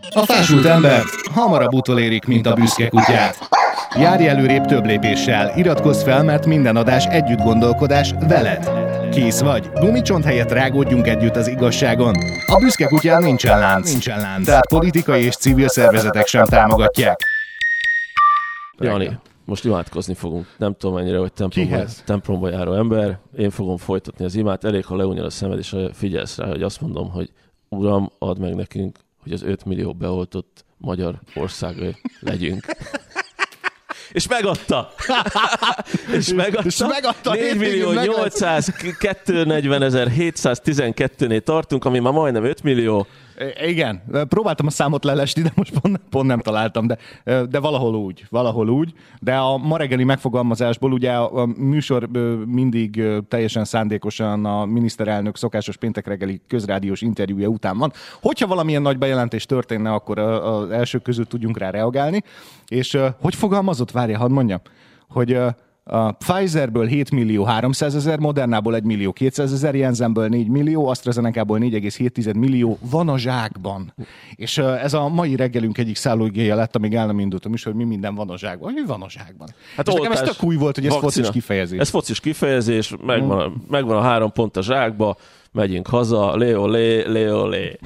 A fásult embert hamarabb utolérik, mint a büszke kutyát. Járj előrébb több lépéssel, iratkozz fel, mert minden adás együtt gondolkodás veled. Kész vagy? Gumicsont helyett rágódjunk együtt az igazságon. A büszke kutyán nincsen lánc, tehát politikai és civil szervezetek sem támogatják. Jani, most imádkozni fogunk. Nem tudom mennyire, hogy templomba járó ember. Én fogom folytatni az imát. Elég, ha leúnyal a szemed, és figyelsz rá, hogy azt mondom, hogy Uram, add meg nekünk, hogy az 5 millió beoltott magyar országai legyünk. És megadta! És megadta. 4.802.40.712-nél tartunk, ami már majdnem 5 millió. Igen, próbáltam a számot lelesni, de most pont nem találtam, de valahol úgy. De a ma reggeli megfogalmazásból ugye a műsor mindig teljesen szándékosan a miniszterelnök szokásos péntek reggeli közrádiós interjúja után van. Hogyha valamilyen nagy bejelentés történne, akkor az elsők között tudjunk rá reagálni. És hogy fogalmazott? Várja, hadd mondjam, hogy a Pfizerből 7.300.000, Modernából 1.200.000, Janssenből 4 millió, AstraZeneca-ból 4,7 millió van a zsákban. És ez a mai reggelünk egyik szállóigéje lett, amíg el nem indultam is, hogy mi minden van a zsákban. Mi van a zsákban? Hát nekem ez tök új volt, hogy ez focis kifejezés. Ez focis kifejezés, megvan a 3 pont a zsákba, megyünk haza, lé.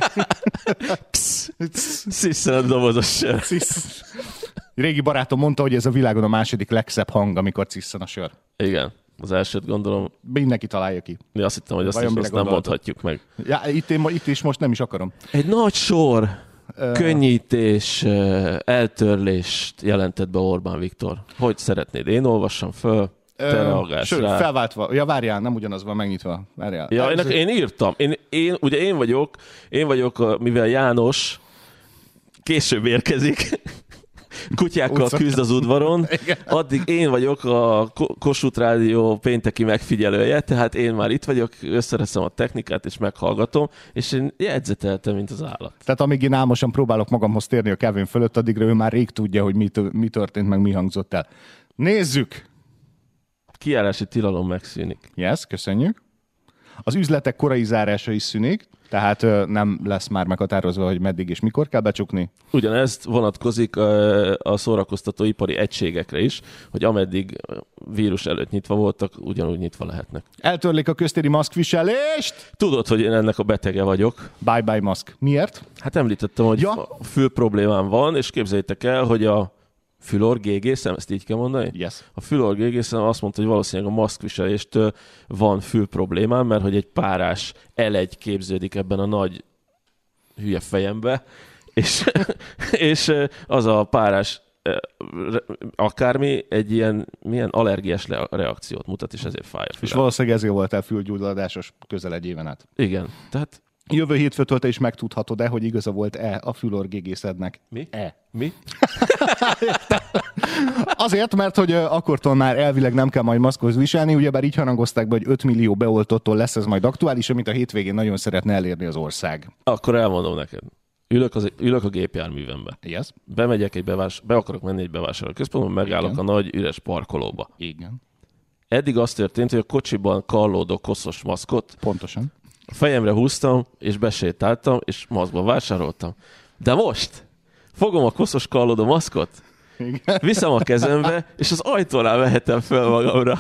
Sziszen a dobozos sör. Régi barátom mondta, hogy ez a világon a második legszebb hang, amikor cisszen a sör. Igen, az elsőt gondolom. Mindenki találja ki. Mi azt hittem, hogy azt nem mondhatjuk meg. Ja, itt is most nem is akarom. Egy nagy sor könnyítés, eltörlést jelentett be Orbán Viktor. Hogy szeretnéd? Én olvassam föl, te reagálsz rá. Felváltva. Ja, várjál, nem ugyanaz van megnyitva. Várjál. Ja, én írtam. Én vagyok, mivel János később érkezik, kutyákkal küzd az udvaron, addig én vagyok a Kossuth Rádió pénteki megfigyelője, tehát én már itt vagyok, összereszem a technikát, és meghallgatom, és én jegyzeteltem, mint az állat. Tehát amíg én álmosan próbálok magamhoz térni a kávén fölött, addigra ő már rég tudja, hogy mi történt, meg mi hangzott el. Nézzük! Kijárási tilalom megszűnik. Yes, köszönjük. Az üzletek korai zárása is szűnik, tehát nem lesz már meghatározva, hogy meddig és mikor kell becsukni. Ugyanezt vonatkozik a szórakoztatóipari egységekre is, hogy ameddig vírus előtt nyitva voltak, ugyanúgy nyitva lehetnek. Eltörlik a köztéri maszkviselést! Tudod, hogy én ennek a betege vagyok. Bye-bye maszk. Miért? Hát említettem, hogy fül problémám van, és képzeljétek el, hogy a fülorgégészem, ezt így kell mondani? Yes. A fülorgégészem azt mondta, hogy valószínűleg a maszkviseléstől van fül problémám, mert hogy egy párás elegy képződik ebben a nagy hülye fejembe, és az a párás akármi egy milyen allergiás reakciót mutat, és ezért fáj a fülem. És valószínűleg ezért voltál fülgyulladásos közel egy éven át. Igen, tehát jövő hétfőtől te is megtudhatod-e, hogy igaza volt-e a fülorgégészednek? Mi? Azért, mert hogy akkortól már elvileg nem kell majd maszkot viselni, ugyebár így harangozták be, hogy 5 millió beoltottól lesz ez majd aktuális, amit a hétvégén nagyon szeretne elérni az ország. Akkor elmondom neked. Ülök a gépjárművembe. Yes. Bemegyek be akarok menni egy bevásárlóközpontba, megállok a nagy üres parkolóba. Igen. Eddig az történt, hogy a kocsiban kallódó koszos maszkot pontosan a fejemre húztam, és besétáltam, és maszkban vásároltam. De most fogom a koszos kallódó maszkot, viszem a kezembe, és az ajtónál vehetem föl magamra.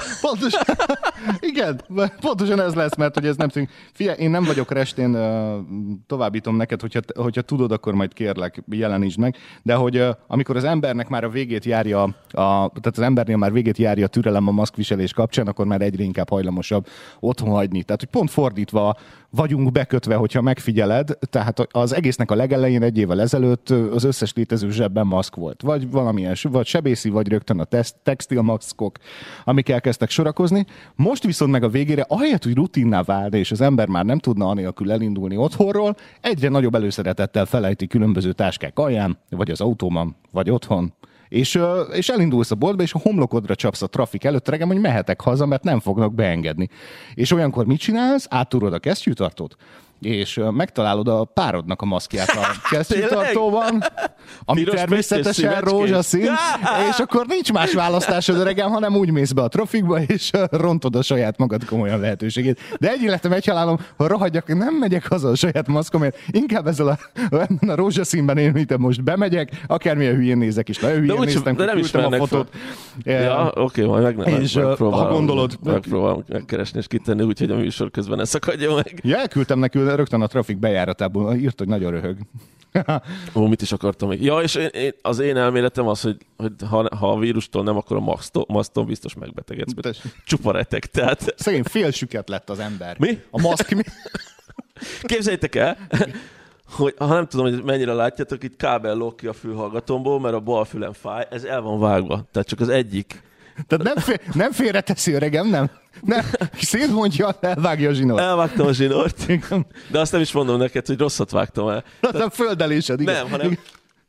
Pontosan ez lesz, mert hogy ez nem tűnik. Figyelj, én nem vagyok restén, továbbítom neked, hogyha tudod, akkor majd kérlek, jelenítsd meg, de hogy amikor az embernek már a végét járja, tehát az embernél már végét járja a türelem a maszkviselés kapcsán, akkor már egyre inkább hajlamosabb otthon hagyni. Tehát, hogy pont fordítva vagyunk bekötve, hogyha megfigyeled, tehát az egésznek a legelején egy évvel ezelőtt az összes létező zsebben maszk volt. Vagy valamilyen, vagy sebészi, vagy rögtön a textilmaszkok, amik elkezdtek sorakozni. Most viszont meg a végére, ahelyett, hogy rutinná válna, és az ember már nem tudna anélkül elindulni otthonról, egyre nagyobb előszeretettel felejti különböző táskák alján, vagy az autóban, vagy otthon. És elindulsz a boltba, és a homlokodra csapsz a trafik előtt, regem, hogy mehetek haza, mert nem fognak beengedni. És olyankor mit csinálsz? Áttúrod a kesztyűtartót, és megtalálod a párodnak a maszkját a kesztyűtartóban, ami piros természetesen rózsaszín, és akkor nincs más választásod, öregem, hanem úgy mész be a trafikba, és rontod a saját magad komolyan lehetőségét. De egy életem, egy halálom, ha rohadjak, nem megyek haza a saját maszkomért, inkább ezzel a rózsaszínben én most bemegyek, akármilyen hülyén nézek is. Nagyon hülyén néztem, küldtem a fotót. Ja, oké, majd megpróbálom megkeresni és kitenni, úgyhogy a műsor közben ne szakadjon meg. Ja, elküldtem neki rögtön a trafik bejáratából, írt, hogy nagyon röhög. Ó, mit is akartam még? Ja, és az én elméletem az, hogy ha a vírustól nem, akkor a maszton biztos megbetegedsz. Csupa retek, tehát... Szegény félsüket lett az ember. Mi? A maszk mi? Képzeljétek el, hogy ha nem tudom, hogy mennyire látjátok, itt kábel lóg ki a fülhallgatómból, mert a bal fülem fáj, ez el van vágva. Tehát csak az egyik. Tehát nem félreteszi, öregem, nem? Szétmondja, elvágja a zsinort. Elvágtam a zsinort, de azt nem is mondom neked, hogy rosszat vágtam el. Nem földelésed, igen. Nem, hanem...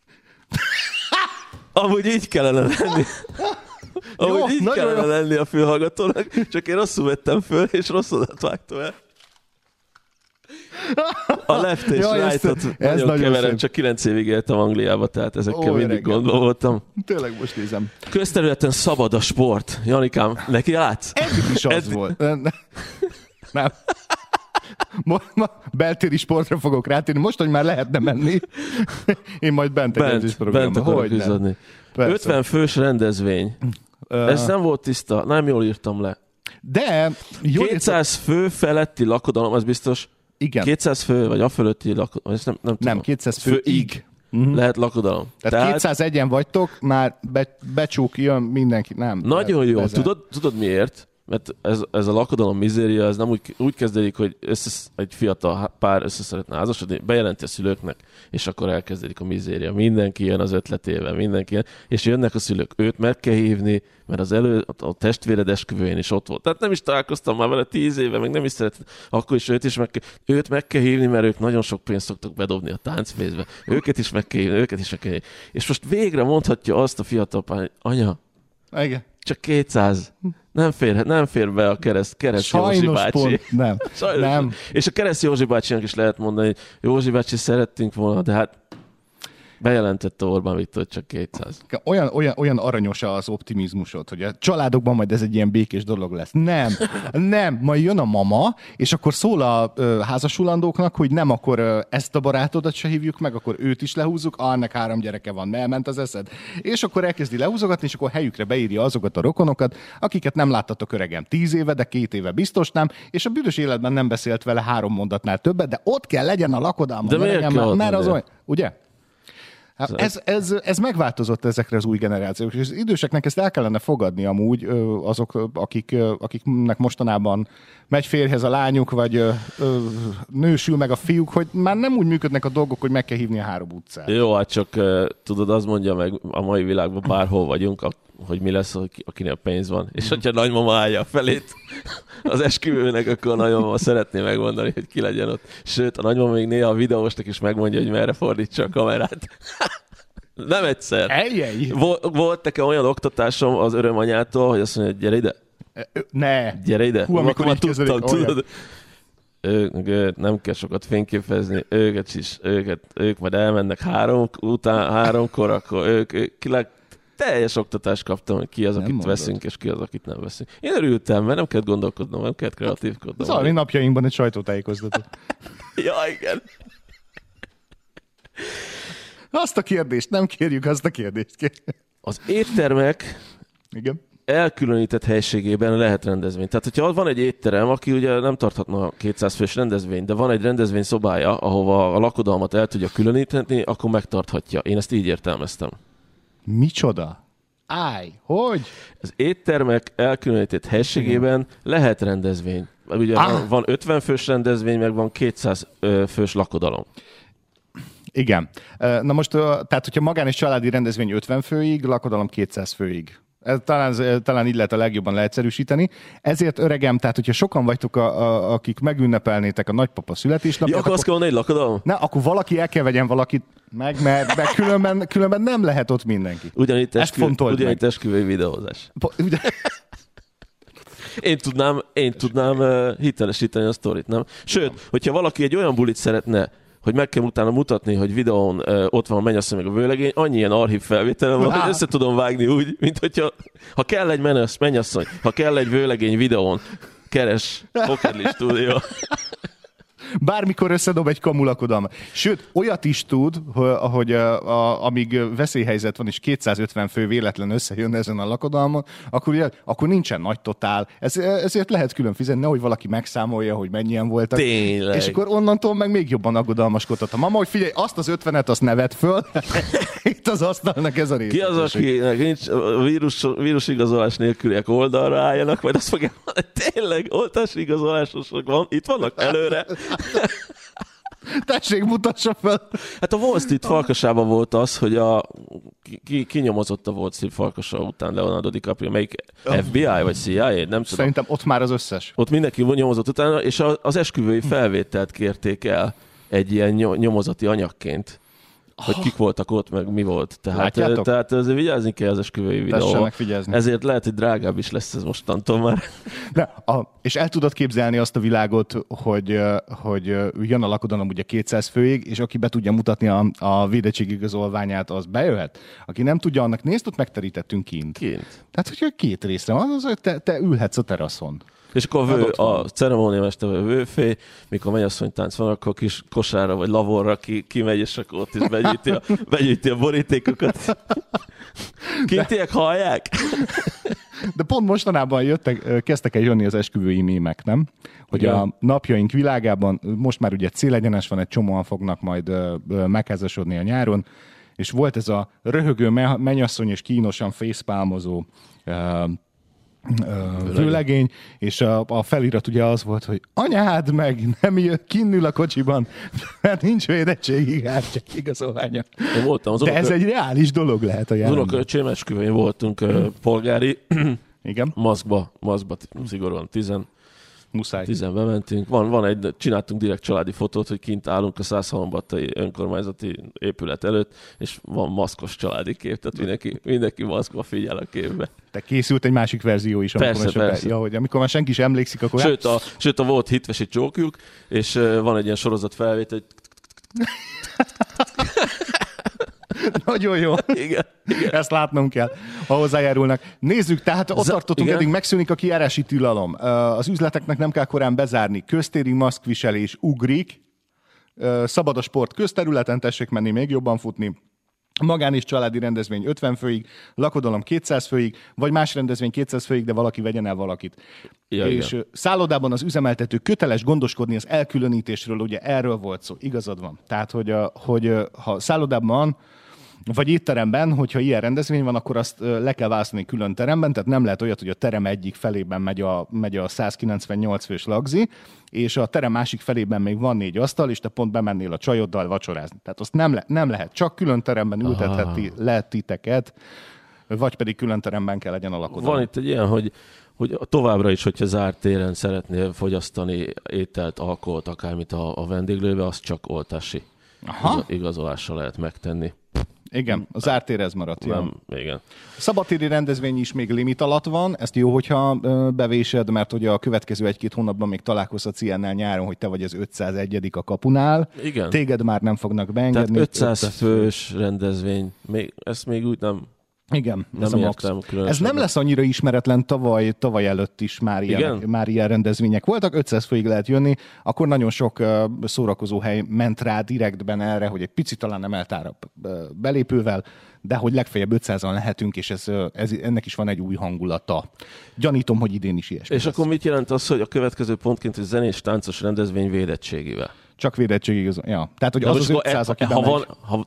Amúgy így kellene lenni. Amúgy így kellene lenni a fülhallgatónak, csak én rosszul vettem föl, és rosszat vágtam el. A left és right-ot nagyon keverem, csak 9 évig éltem Angliába, tehát ezekkel mindig gondban voltam. Tényleg most nézem. Közterületen szabad a sport. Janikám, neki látsz? Eddig is az volt. Nem. Ma beltéri sportra fogok rátérni. Most, hogy már lehetne menni, én majd bent akarok üzadni. 50 fős rendezvény. Ez nem volt tiszta, nem jól írtam le. De... 200 fő feletti lakodalom, az biztos... Igen. 200 fő, vagy a fölötti lakodalom, nem 200 főig. Lehet lakodalom. Tehát 201-en vagytok, már becsúk, jön mindenki. Nem. Nagyon jó. Tudod miért? Mert ez a lakodalom mizéria, ez nem úgy kezdődik, hogy egy fiatal pár szeretne házasodni, bejelenti a szülőknek, és akkor elkezdődik a mizéria. Mindenki jön az ötletével, mindenki jön, és jönnek a szülők. Őt meg kell hívni, mert a testvéred esküvőjén is ott volt. Tehát nem is találkoztam már vele 10 éve, meg nem is szeretem, akkor is őt meg kell hívni, mert ők nagyon sok pénzt szoktak bedobni a táncfészbe. Őket is meg kell hívni, És most végre mondhatja azt a fiatal pár, hogy anya, igen. Csak 200. Nem fér be a kereszt Józsi bácsi. Pont, nem. Nem. És a kereszt Józsi bácsinak is lehet mondani, hogy Józsi bácsi szerettünk volna, de hát bejelentette Orbán Viktor, csak 200. Olyan aranyos az optimizmusod, hogy a családokban majd ez egy ilyen békés dolog lesz. Nem. Majd jön a mama, és akkor szól a házasulandóknak, hogy nem, akkor ezt a barátodat se hívjuk meg, akkor őt is lehúzzuk, annak 3 gyereke van, elment az eszed. És akkor elkezdi lehúzogatni, és akkor helyükre beírja azokat a rokonokat, akiket nem láttatok, öregem, 10 éve, de 2 éve biztos nem, és a büdös életben nem beszélt vele 3 mondatnál többet, de ott kell legyen a lakodalma. De miért kell mert az olyan, ugye? Ez megváltozott ezekre az új generációk, és az időseknek ezt el kellene fogadni amúgy azok, akiknek mostanában megy férjhez a lányuk, vagy nősül meg a fiúk, hogy már nem úgy működnek a dolgok, hogy meg kell hívni a 3 utcát. Jó, hát csak tudod, az mondja meg a mai világban bárhol vagyunk, hogy mi lesz, akinek pénz van. És hogyha nagymama állja a felét az esküvőnek, akkor a nagymama szeretné megmondani, hogy ki legyen ott. Sőt, a nagymama még néha a videósnak is megmondja, hogy merre fordítsa a kamerát. Nem egyszer. Volt nekem olyan oktatásom az örömanyától, hogy azt mondja, hogy gyere ide. Ne. Gyere ide. Hú, amikor így tudtam, tudod. Ők nem kell sokat fényképezni, ők majd elmennek 3-kor, akkor ők teljes oktatást kaptam, hogy ki az, akit veszünk, és ki az, akit nem veszünk. Én örültem, mert nem kellett gondolkodnom, nem kellett kreatívkodnom. Szóval mi napjainkban egy sajtótájékoztató. Ja, igen. Azt a kérdést, nem kérjük azt a kérdést. Az éttermek elkülönített helységében lehet rendezvény. Tehát, hogyha van egy étterem, aki ugye nem tarthatna 200 fős rendezvény, de van egy rendezvény szobája, ahova a lakodalmat el tudja különíteni, akkor megtarthatja. Én ezt így értelmeztem. Micsoda? Hogy? Az éttermek elkülönített helységében lehet rendezvény. Ugye van 50 fős rendezvény, meg van 200 fős lakodalom. Igen. Na most, tehát hogyha magán és családi rendezvény 50 főig, lakodalom 200 főig. Talán így lehet a legjobban leegyszerűsíteni. Ezért öregem, tehát hogyha sokan vagytok, akik megünnepelnétek a nagypapa születésnapját, akkor azt kell mondani, hogy lakodalom? Ne, akkor valaki el kell vegyen valakit meg, mert különben nem lehet ott mindenki. Ugyanitt esküvői videózás. Én tudnám hitelesíteni a sztorit, nem? Sőt, hogyha valaki egy olyan bulit szeretne hogy meg kell utána mutatni, hogy videón ott van a mennyasszony meg a vőlegény, annyi ilyen archív felvételem van, hogy össze tudom vágni úgy, mint hogyha ha kell egy mennyasszony, ha kell egy vőlegény videón, keres Pokerli Stúdió. Bármikor összedob egy kamulakodalmat. Sőt, olyat is tud, hogy amíg veszélyhelyzet van, és 250 fő véletlen összejön ezen a lakodalmon, akkor nincsen nagy totál. Ezért lehet külön fizetni, nehogy valaki megszámolja, hogy mennyien voltak. Tényleg. És akkor onnantól meg még jobban aggodalmaskodhat. A mama, hogy figyelj, azt az 50-et, azt ne vedd föl. Itt az asztalnak ez a rész. Ki az, akinek nincs vírusigazolás nélküliek oldalra álljanak, majd azt fogja mondani, tényleg oltási igazolásosok van, itt vannak előre. Tessék, mutassa fel! Hát a Wall Street Farkasában volt az, hogy ki nyomozott a Wall Street Farkasa után Leonardo DiCaprio, melyik FBI vagy CIA, nem tudom. Szerintem ott már az összes. Ott mindenki nyomozott utána, és az esküvői felvételt kérték el egy ilyen nyomozati anyagként, hogy kik voltak ott, meg mi volt. Tehát azért vigyázni kell az esküvői videóval. Ezért lehet, hogy drágább is lesz ez mostantól már. És el tudod képzelni azt a világot, hogy jön a lakodalom ugye 200 főig, és aki be tudja mutatni a védettségigazolványát, az bejöhet. Aki nem tudja, annak nézd, ott megterítettünk kint. Tehát, hogyha két részre van, az, hogy te ülhetsz a teraszon. És akkor a ceremóniamester vagy a vőfé, mikor mennyasszony tánc van, akkor kis kosárra vagy lavorra kimegy, és akkor ott is begyűjti a borítékokat. Kintiek hallják? De pont mostanában kezdtek el jönni az esküvői mémek, nem? Hogy a napjaink világában, most már ugye célegyenes van, egy csomóan fognak majd megházasodni a nyáron, és volt ez a röhögő mennyasszony és kínosan facepalmozó vőlegény, és a felirat ugye az volt, hogy anyád meg nem kinnül a kocsiban, mert nincs védettségi igazolványa. De ez egy reális dolog lehet a jelenben. Az unoköcsém esküvőjén voltunk polgári, igen. Maszkba szigorúan 10 muszáj. 10 bementünk. Csináltunk direkt családi fotót, hogy kint állunk a Szászhalombattai önkormányzati épület előtt, és van maszkos családi kép, tehát mindenki maszkba figyel a képbe. Te készült egy másik verzió is, persze. Ja, hogy amikor már senki sem emlékszik, akkor... Sőt, a volt hitvesi csókjuk, és van egy ilyen sorozat felvétel, hogy... Nagyon jó. Igen. Ezt látnom kell, ha hozzájárulnak. Nézzük, tehát ott tartottunk, eddig megszűnik a kijárási tilalom. Az üzleteknek nem kell korán bezárni. Köztéri maszkviselés ugrik. Szabad a sport közterületen, tessék menni, még jobban futni. Magán és családi rendezvény 50 főig, lakodalom 200 főig, vagy más rendezvény 200 főig, de valaki vegyen el valakit. Ja, és igen. Szállodában az üzemeltető köteles gondoskodni az elkülönítésről, ugye erről volt szó, igazad van. Tehát, hogy ha szállodában van, vagy étteremben, hogyha ilyen rendezvény van, akkor azt le kell választani külön teremben, tehát nem lehet olyat, hogy a terem egyik felében megy a 198 fős lagzi, és a terem másik felében még van 4 asztal, és te pont bemennél a csajoddal vacsorázni. Tehát azt nem lehet. Csak külön teremben ültetheti lehet titeket, vagy pedig külön teremben kell legyen a lakodalom. Van itt egy ilyen, hogy továbbra is, hogyha zárt téren szeretnél fogyasztani ételt, alkoholt, akármit a vendéglőbe, azt csak oltási igazolással lehet megtenni. Igen, az ártér ez maradt. Nem, igen. A szabadtéri rendezvény is még limit alatt van, ezt jó, hogyha bevésed, mert ugye a következő 1-2 hónapban még találkozhatsz ilyennel nyáron, hogy te vagy az 501. a kapunál. Igen. Téged már nem fognak beengedni. Tehát 500 fős rendezvény, ezt még úgy nem... Igen, ez a max. Ez nem lesz annyira ismeretlen, tavaly előtt is már ilyen rendezvények voltak, 500 főig lehet jönni, akkor nagyon sok szórakozóhely ment rá direktben erre, hogy egy picit talán emeltárabb belépővel, de hogy legfeljebb 500-an lehetünk, és ennek is van egy új hangulata. Gyanítom, hogy idén is ilyesmi. És lesz. Akkor mit jelent az, hogy a következő pontként, hogy zenés táncos rendezvény védettségivel? Csak védettségig, ja. Tehát, hogy az 500, aki bemegy.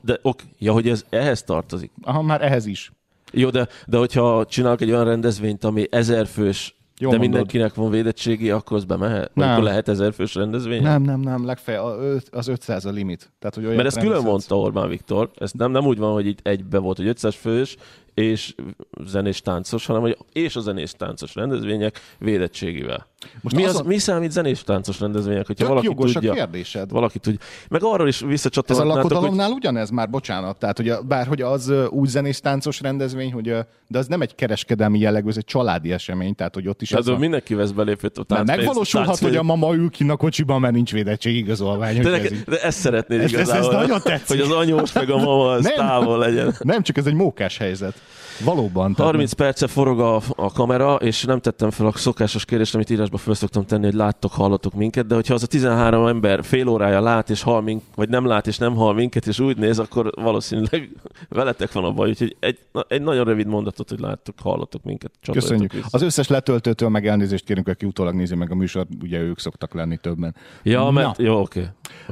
Hogy ez ehhez tartozik. Aha, már ehhez is. Jó, de hogyha csinálok egy olyan rendezvényt, ami 1000 fős, jó, de mindenkinek van védettségi, akkor az bemehet? Akkor lehet 1000 fős rendezvény? Nem, legfeljebb az 500 a limit. Tehát, hogy mert ezt külön mondta Orbán Viktor, ez nem úgy van, hogy itt egybe volt, hogy 500 fős és zenés táncos, hanem hogy és a zenés táncos rendezvények védettségivel. Mi számít zenés táncos rendezvények, hogyha valaki jogos tudja? A kérdésed. Valaki tudja. Meg arról is visszacsatolhatnátok, ez a lakodalomnál ugyanez már, bocsánat. Tehát, hogy bárhogy az úgy zenés táncos rendezvény, hogy, de az nem egy kereskedelmi jellegű, ez egy családi esemény, tehát hogy ott is az mindenki vesz belépőt a táncfény. Megvalósulhat, hogy a mama ül ki a kocsiban, mert nincs védettség igazolvány. De ezt szeretnéd igazából, ez nagyon tetszik. Hogy az anyós meg a mama az távol legyen. Nem, csak ez egy mókás helyzet. Valóban. 30 perce forog a kamera, és nem tettem fel a szokásos kérdést, amit írásba föl szoktam tenni, hogy láttok, hallatok minket, de hogyha az a 13 ember fél órája lát és hall minket, vagy nem lát és nem hall minket, és úgy néz, akkor valószínűleg veletek van a baj. Úgyhogy egy nagyon rövid mondatot, hogy láttok, hallatok minket. Köszönjük. Vissza. Az összes letöltőtől meg elnézést kérünk, aki utólag nézi meg a műsort, ugye ők szoktak lenni többen. Ja, mert jó, oké.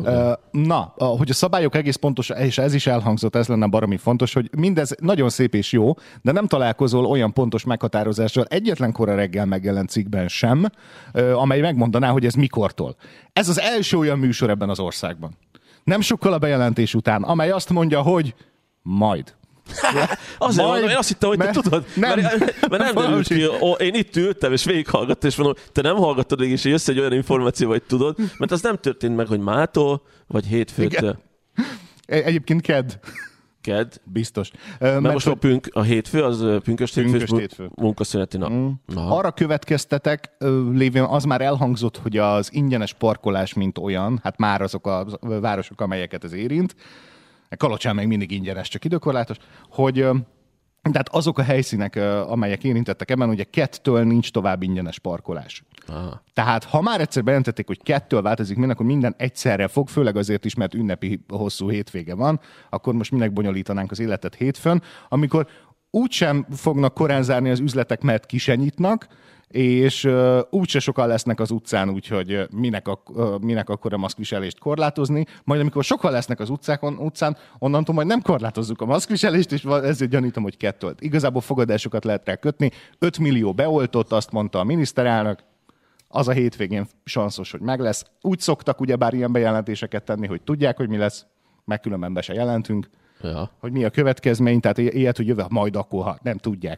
Hogy a szabályok egész pontos, és ez is elhangzott, ez lenne baromi fontos, hogy mindez nagyon szép és jó, de nem találkozol olyan pontos meghatározással egyetlen kora reggel megjelent cikkben sem, amely megmondaná, hogy ez mikortól. Ez az első olyan műsor ebben az országban. Nem sokkal a bejelentés után, amely azt mondja, hogy majd. Azért mondom, én azt hittem, hogy te tudod, mert nem derült ki. Én itt ültem, és végighallgattam, és mondom, te nem hallgattad végig, és jössz egy olyan információ, hogy tudod, mert az nem történt meg, hogy mától, vagy hétfőtől. Egyébként kedd. Biztos. Mert most a hétfő, az pünkösd hétfő, munkaszüneti nap. Arra következtetek, lévén az már elhangzott, hogy az ingyenes parkolás, mint olyan, hát már azok a városok, amelyeket ez érint, Kalocsán még mindig ingyenes, csak időkorlátos, hogy tehát azok a helyszínek, amelyek érintettek ebben, ugye 2-től nincs tovább ingyenes parkolás. Aha. Tehát ha már egyszer bejelentették, hogy 2-től változik minden, akkor minden egyszerre fog, főleg azért is, mert ünnepi hosszú hétvége van, akkor most minek bonyolítanánk az életet hétfőn, amikor úgysem fognak korán zárni az üzletek, mert ki se nyitnak, és úgyse sokan lesznek az utcán, úgyhogy minek akkor a maszkviselést korlátozni. Majd amikor sokan lesznek az utcán, onnantól majd nem korlátozzuk a maszkviselést, és ezért gyanítom, hogy 2-től. Igazából fogadásokat lehet rá kötni. 5 millió beoltott, azt mondta a miniszterelnök, az a hétvégén sanszos, hogy meg lesz. Úgy szoktak ugyebár ilyen bejelentéseket tenni, hogy tudják, hogy mi lesz, meg különben be se jelentünk, hogy mi a következmény, tehát ilyet, hogy jövő majd akkor, ha nem tudják.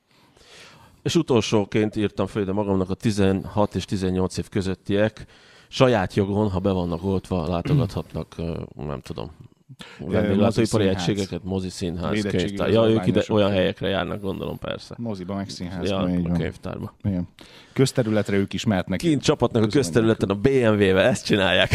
És utolsóként írtam föl ide magamnak, a 16 és 18 év közöttiek saját jogon, ha be vannak oltva, látogathatnak, nem tudom, vendéglátóipari egységeket, mozi színház, könyvtár. Ja, ők ide olyan helyekre járnak, gondolom, persze. Moziba, meg színházba. Ja, a könyvtárba. Igen. Közterületre ők is mehetnek. Kint csapatnak a közterületen a BMW-vel, ezt csinálják.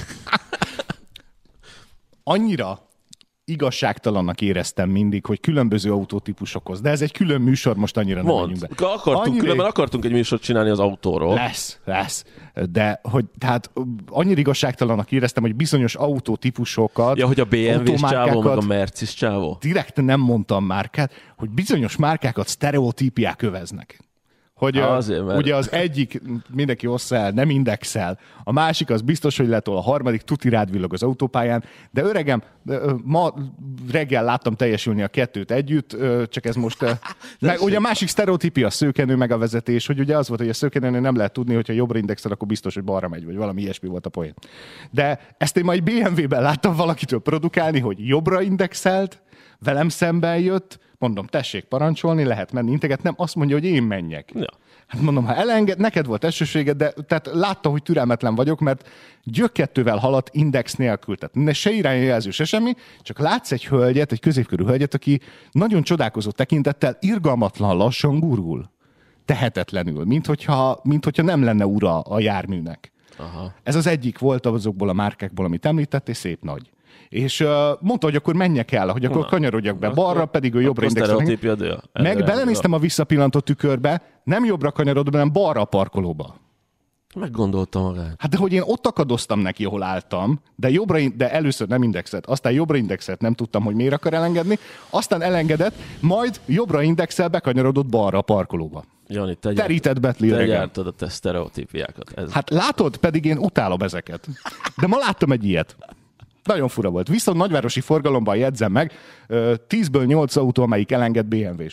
Annyira igazságtalannak éreztem mindig, hogy különböző autótípusokhoz. De ez egy külön műsor, most annyira nem menjünk be. Különben akartunk egy műsort csinálni az autóról. Lesz. De hogy tehát annyira igazságtalannak éreztem, hogy bizonyos autótípusokat... Ja, hogy a BMW-s csávó, meg a Mercis csávó. Direkt nem mondtam márkát, hogy bizonyos márkákat sztereotípiák öveznek. Hogy azért, mert... ugye az egyik mindenki osszel, nem indexel, a másik az biztos, hogy letol, a harmadik tuti rád villog az autópályán, de öregem, ma reggel láttam teljesülni a kettőt együtt, csak ez most... meg, ugye a másik sztereotípia a szőkenő meg a vezetés, hogy ugye az volt, hogy a szőkenőnél nem lehet tudni, hogyha jobbra indexel, akkor biztos, hogy balra megy, vagy valami ilyesmi volt a poén. De ezt én majd BMW-ben láttam valakitől produkálni, hogy jobbra indexelt, velem szemben jött, mondom, tessék parancsolni, lehet menni, integetnem, azt mondja, hogy én menjek. Ja. Hát mondom, ha elenged, neked volt elsőséged, de tehát látta, hogy türelmetlen vagyok, mert gyökkettővel haladt index nélkül. Tehát se irányjelző, se semmi, csak látsz egy hölgyet, egy középkörű hölgyet, aki nagyon csodálkozó tekintettel irgalmatlan lassan gurul. Tehetetlenül, mint hogyha nem lenne ura a járműnek. Aha. Ez az egyik volt azokból a márkákból, amit említett, és szép nagy. És mondta, hogy akkor menjek el, hogy akkor kanyarodjak be balra, pedig ő jobbra indexel. Meg belenéztem a visszapillantó tükörbe, nem jobbra kanyarodva, hanem balra a parkolóba. Meggondolta magát. Hát de hogy én ott akadoztam neki, ahol álltam, de először nem indexelt, aztán jobbra indexelt, nem tudtam, hogy miért akar elengedni, aztán elengedett, majd jobbra indexel, bekanyarodott balra a parkolóba. Jani, terített betli te gyártad a te sztereotípiákat. Hát látod, pedig én utálom ezeket. De ma láttam egy ilyet. Nagyon fura volt. Viszont nagyvárosi forgalomban jegyzem meg, 10-ből 8 autó, amelyik elenged BMW-s.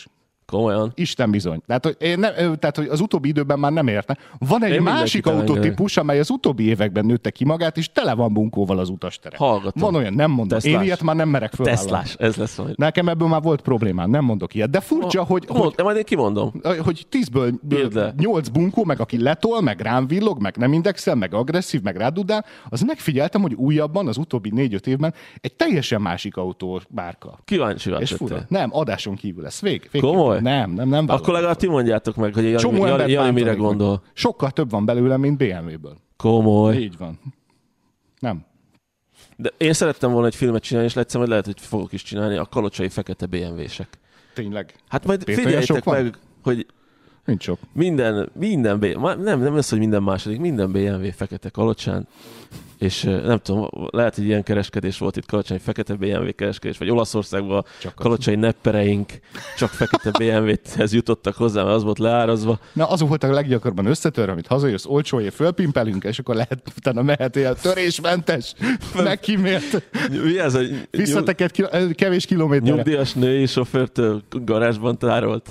Komolyan? Isten bizony. Tehát, hogy az utóbbi időben már nem érte. Van egy másik autótípus, amely az utóbbi években nőtte ki magát, és tele van bunkóval az utastere. Hallgatom. Van olyan, nem mondom. Teslás. Én ilyet már nem merek fölvállalni. Teslás, ez lesz majd. Nekem ebből már volt problémám, nem mondok ilyet. De furcsa, hogy majd én kimondom. Hogy 10-ből 8 bunkó, meg aki letol, meg rám villog, meg nem indexel, meg agresszív, meg rádudál, az megfigyeltem, hogy újabban, az utóbbi 4-5 évben egy teljesen másik autó márka. Kíváncsi és fura. Nem, adáson kívül lesz. Vég. Komoly? Nem. Akkor legalább ti mondjátok meg, hogy Jani mire gondol. Sokkal több van belőle, mint BMW-ből. Komoly. Így van. Nem. De én szerettem volna egy filmet csinálni, és egyszer majd lehet, hogy fogok is csinálni, a kalocsai fekete BMW-sek. Tényleg? Hát majd figyeljétek meg, hogy nincs sok. Minden nem lesz, hogy minden második, minden BMW fekete kalocsán, és nem tudom, lehet, hogy ilyen kereskedés volt itt kalocsai fekete BMW kereskedés, vagy Olaszországban kalocsai neppereink csak fekete BMW-hez jutottak hozzá, mert az volt leárazva. Na, az volt a leggyakorabban összetör, amit hazajössz, olcsóért fölpimpelünk, és akkor lehet, utána mehetél törésmentes, megkímélt. Mi ez? Visszatekert kevés kilométerre. Nyugdíjas női sofőrtől garázsban tárolt.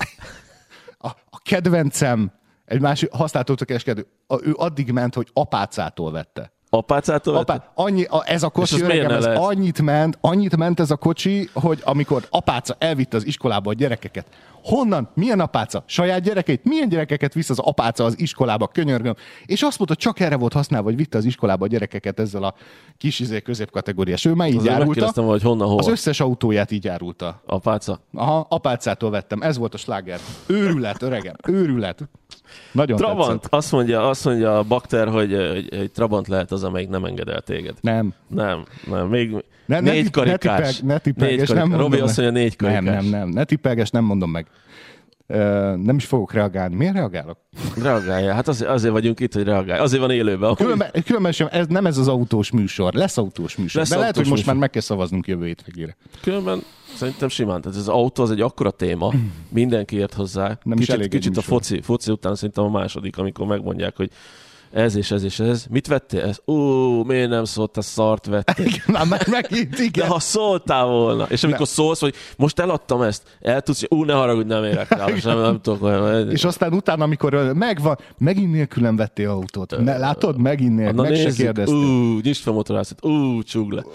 A kedvencem, egy másik használt autókereskedő, ő addig ment, hogy apácától vette. Apácától vette? Ez a kocsi, öregem, ez annyit ment ez a kocsi, hogy amikor apáca elvitte az iskolába a gyerekeket, honnan? Milyen apáca? Saját gyerekeit? Milyen gyerekeket visz az apáca az iskolába? Könyörgöm. És azt mondta, csak erre volt használva, hogy vitte az iskolába a gyerekeket ezzel a kis középkategóriás. Ő már így járulta. Hogy honnan, hova? Az összes autóját így járulta. Apáca? Aha, apácától vettem. Ez volt a sláger. Őrület, öregem. Őrület. Nagyon Trabant. tetszett. Azt mondja a Bakter, hogy Trabant lehet az, amelyik nem enged el téged. Nem. Még négy karikás. Ne tippelges, nem mondom. Robi azt mondja 4 karikás. Nem. Ne tippelges, nem mondom meg. Nem is fogok reagálni. Miért reagálok? Reagálja. Hát azért vagyunk itt, hogy reagálj. Azért van élőben. Különben sem, nem ez az autós műsor. Lesz autós műsor. De lehet, hogy most már meg kell szavaznunk jövő hétvégére. Különben szerintem simán. Tehát ez az autó az egy akkora téma. Mindenki ért hozzá. Kicsit a foci után szerintem a második, amikor megmondják, hogy ez és ez és ez. Mit vettél? Ez? Miért nem szólt, szart vettél? Már megint, igen. De ha szóltál volna, és amikor szólsz, hogy most eladtam ezt, el tudsz, hogy ne haragudj, nem érek rá, nem tudok olyan. És aztán utána, amikor megvan, megint nélkülem vettél autót. Látod? Megint nélkül, meg se kérdeztél. Nyisd fel motorászat, csugd le.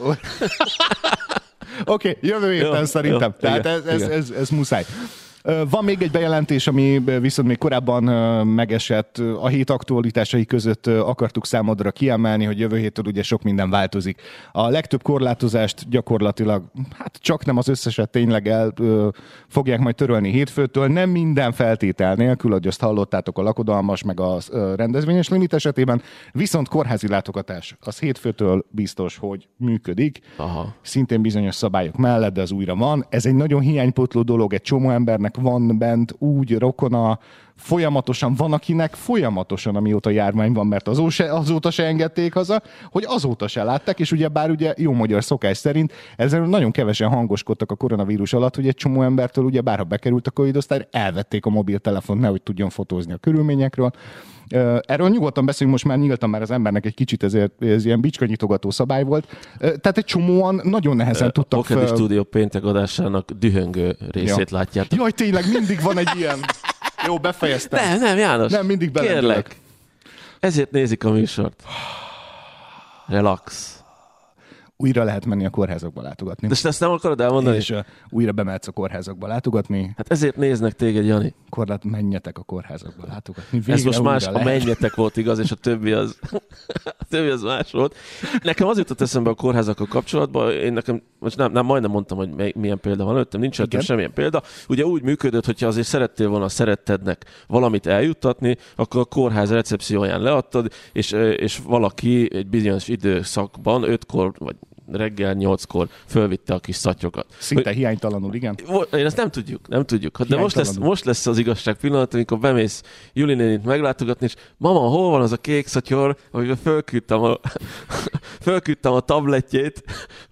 Oké, jövő héten szerintem. Tehát ez muszáj. Van még egy bejelentés, ami viszont még korábban megesett, a hét aktualitásai között akartuk számodra kiemelni, hogy jövő héttől ugye sok minden változik. A legtöbb korlátozást gyakorlatilag, hát csak nem az összeset tényleg fogják majd törölni hétfőtől, nem minden feltétel nélkül, hogy azt hallottátok a lakodalmas, meg a rendezvényes limit esetében, viszont kórházi látogatás az hétfőtől biztos, hogy működik. Aha. Szintén bizonyos szabályok mellett, de az újra van. Ez egy nagyon hiánypotló dolog, egy csomó embernek van bent úgy rokona, folyamatosan, van akinek folyamatosan, amióta járvány van, mert azóta se engedték haza, hogy azóta se látták, és ugyebár ugye jó magyar szokás szerint ezzel nagyon kevesen hangoskodtak a koronavírus alatt, hogy egy csomó embertől ugye bárha bekerült a Covid osztályra, elvették a mobiltelefont, nehogy tudjon fotózni a körülményekről. Erről nyugodtan beszélünk, most már nyíltan, már az embernek egy kicsit ez ilyen bicskanyitogató szabály volt. Tehát egy csomóan nagyon nehezen tudtak a Pokédi Stúdió péntek adásának dühöngő részét látjátok. Jaj, tényleg mindig van egy ilyen. Jó, befejeztem. Nem, János. Nem, mindig belendülök. Kérlek. Ezért nézik a műsort. Relax. Újra lehet menni a kórházakba látogatni. De ezt nem akarod elmondani? És újra bemehetsz a kórházakba látogatni. Hát ezért néznek téged, Jani. Menjetek a kórházakba látogatni. Végre ez most más, lehet. a menjetek volt igaz, és a többi az más volt. Nekem az jutott eszembe a kórházakkal kapcsolatban, én nekem, most nem majdnem mondtam, hogy milyen példa van előttem, nincs előttem semmilyen példa. Ugye úgy működött, hogyha azért szerettél volna a szerettednek valamit eljuttatni, akkor a kórház recepcióján leadtad, és valaki egy bizonyos időszakban 5-kor, vagy reggel 8-kor fölvitte a kis szatyokat. Szinte hiánytalanul, igen. Én ezt nem tudjuk. De most lesz az igazság pillanat, amikor bemész Juli nénit meglátogatni, és mama, hol van az a kék szatyor, amivel fölküldtem a tabletjét,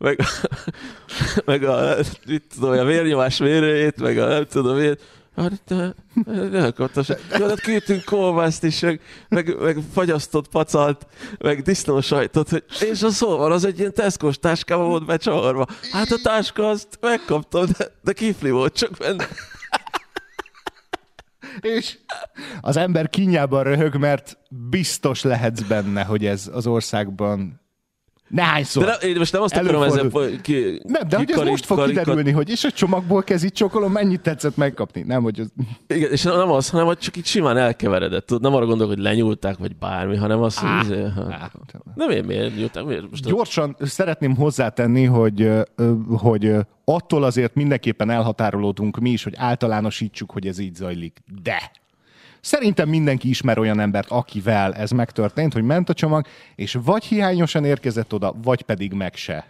meg a vérnyomás mérőjét, meg a nem tudom miért. Küldtünk kolbászt is, meg fagyasztott pacalt, meg disznósajtot, és a szóval az egy ilyen Tesco-s táskában volt becsavarva. Hát a táska azt megkaptam, de kifli volt csak benne. És az ember kínjában röhög, mert biztos lehetsz benne, hogy ez az országban nehányszor. De én most nem azt akarom ezzel de hogy ez most fog kiderülni, hogy és a csomagból kezit csokolom, mennyit tetszett megkapni. Nem, hogy az... Igen, és nem az, hanem hogy csak így simán elkeveredett. Tudod, nem arra gondolok, hogy lenyúlták, vagy bármi, hanem az, hogy... Nem én miért nyúlták? Most gyorsan szeretném hozzátenni, hogy attól azért mindenképpen elhatárolódunk mi is, hogy általánosítsuk, hogy ez így zajlik. De... Szerintem mindenki ismer olyan embert, akivel ez megtörtént, hogy ment a csomag, és vagy hiányosan érkezett oda, vagy pedig meg se.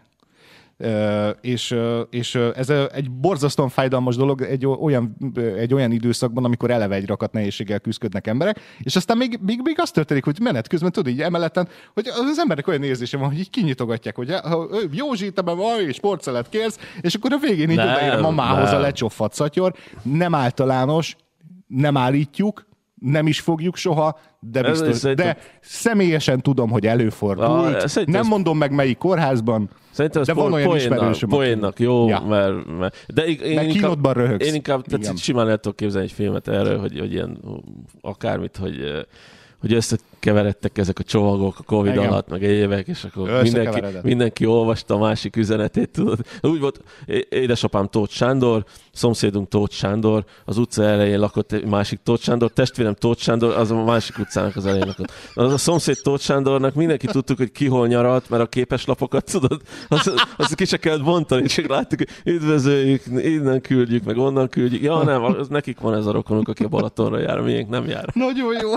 És ez egy borzasztóan fájdalmas dolog egy olyan időszakban, amikor eleve egy rakat nehézséggel küzdködnek emberek, és aztán még az történik, hogy menet közben tudod így emeleten, hogy az embernek olyan érzése van, hogy így kinyitogatják, hogy Józsi, te valami sportszelet kérsz, és akkor a végén így odaér a mamához a lecsoffadt szatyor. Nem általános, nem állítjuk, nem is fogjuk soha, de biztos. De személyesen tudom, hogy előfordult. Nem mondom meg melyik kórházban, de van olyan ismerősöm. Poénnak jó, ja. mert de én kínodban röhögsz. Én inkább simán el tudok képzelni egy filmet erről, hogy ilyen akármit, hogy összekeveredtek ezek a csomagok a Covid alatt, meg évek, és akkor mindenki olvasta a másik üzenetét, tudod. Úgy volt, édesapám Tóth Sándor, szomszédunk Tóth Sándor, az utca elején lakott egy másik Tóth Sándor, testvérem Tóth Sándor, az a másik utcának az elején lakott. Az a szomszéd Tóth Sándornak mindenki tudtuk, hogy ki hol nyaralt, mert a képeslapokat, tudod, azt ki se kellett bontani, csak láttuk, hogy üdvözöljük, innen küldjük, meg onnan küldjük. Ja, nem, nekik van ez a rokonunk, aki a Balatonra jár, miénk nem jár. Nagyon jó.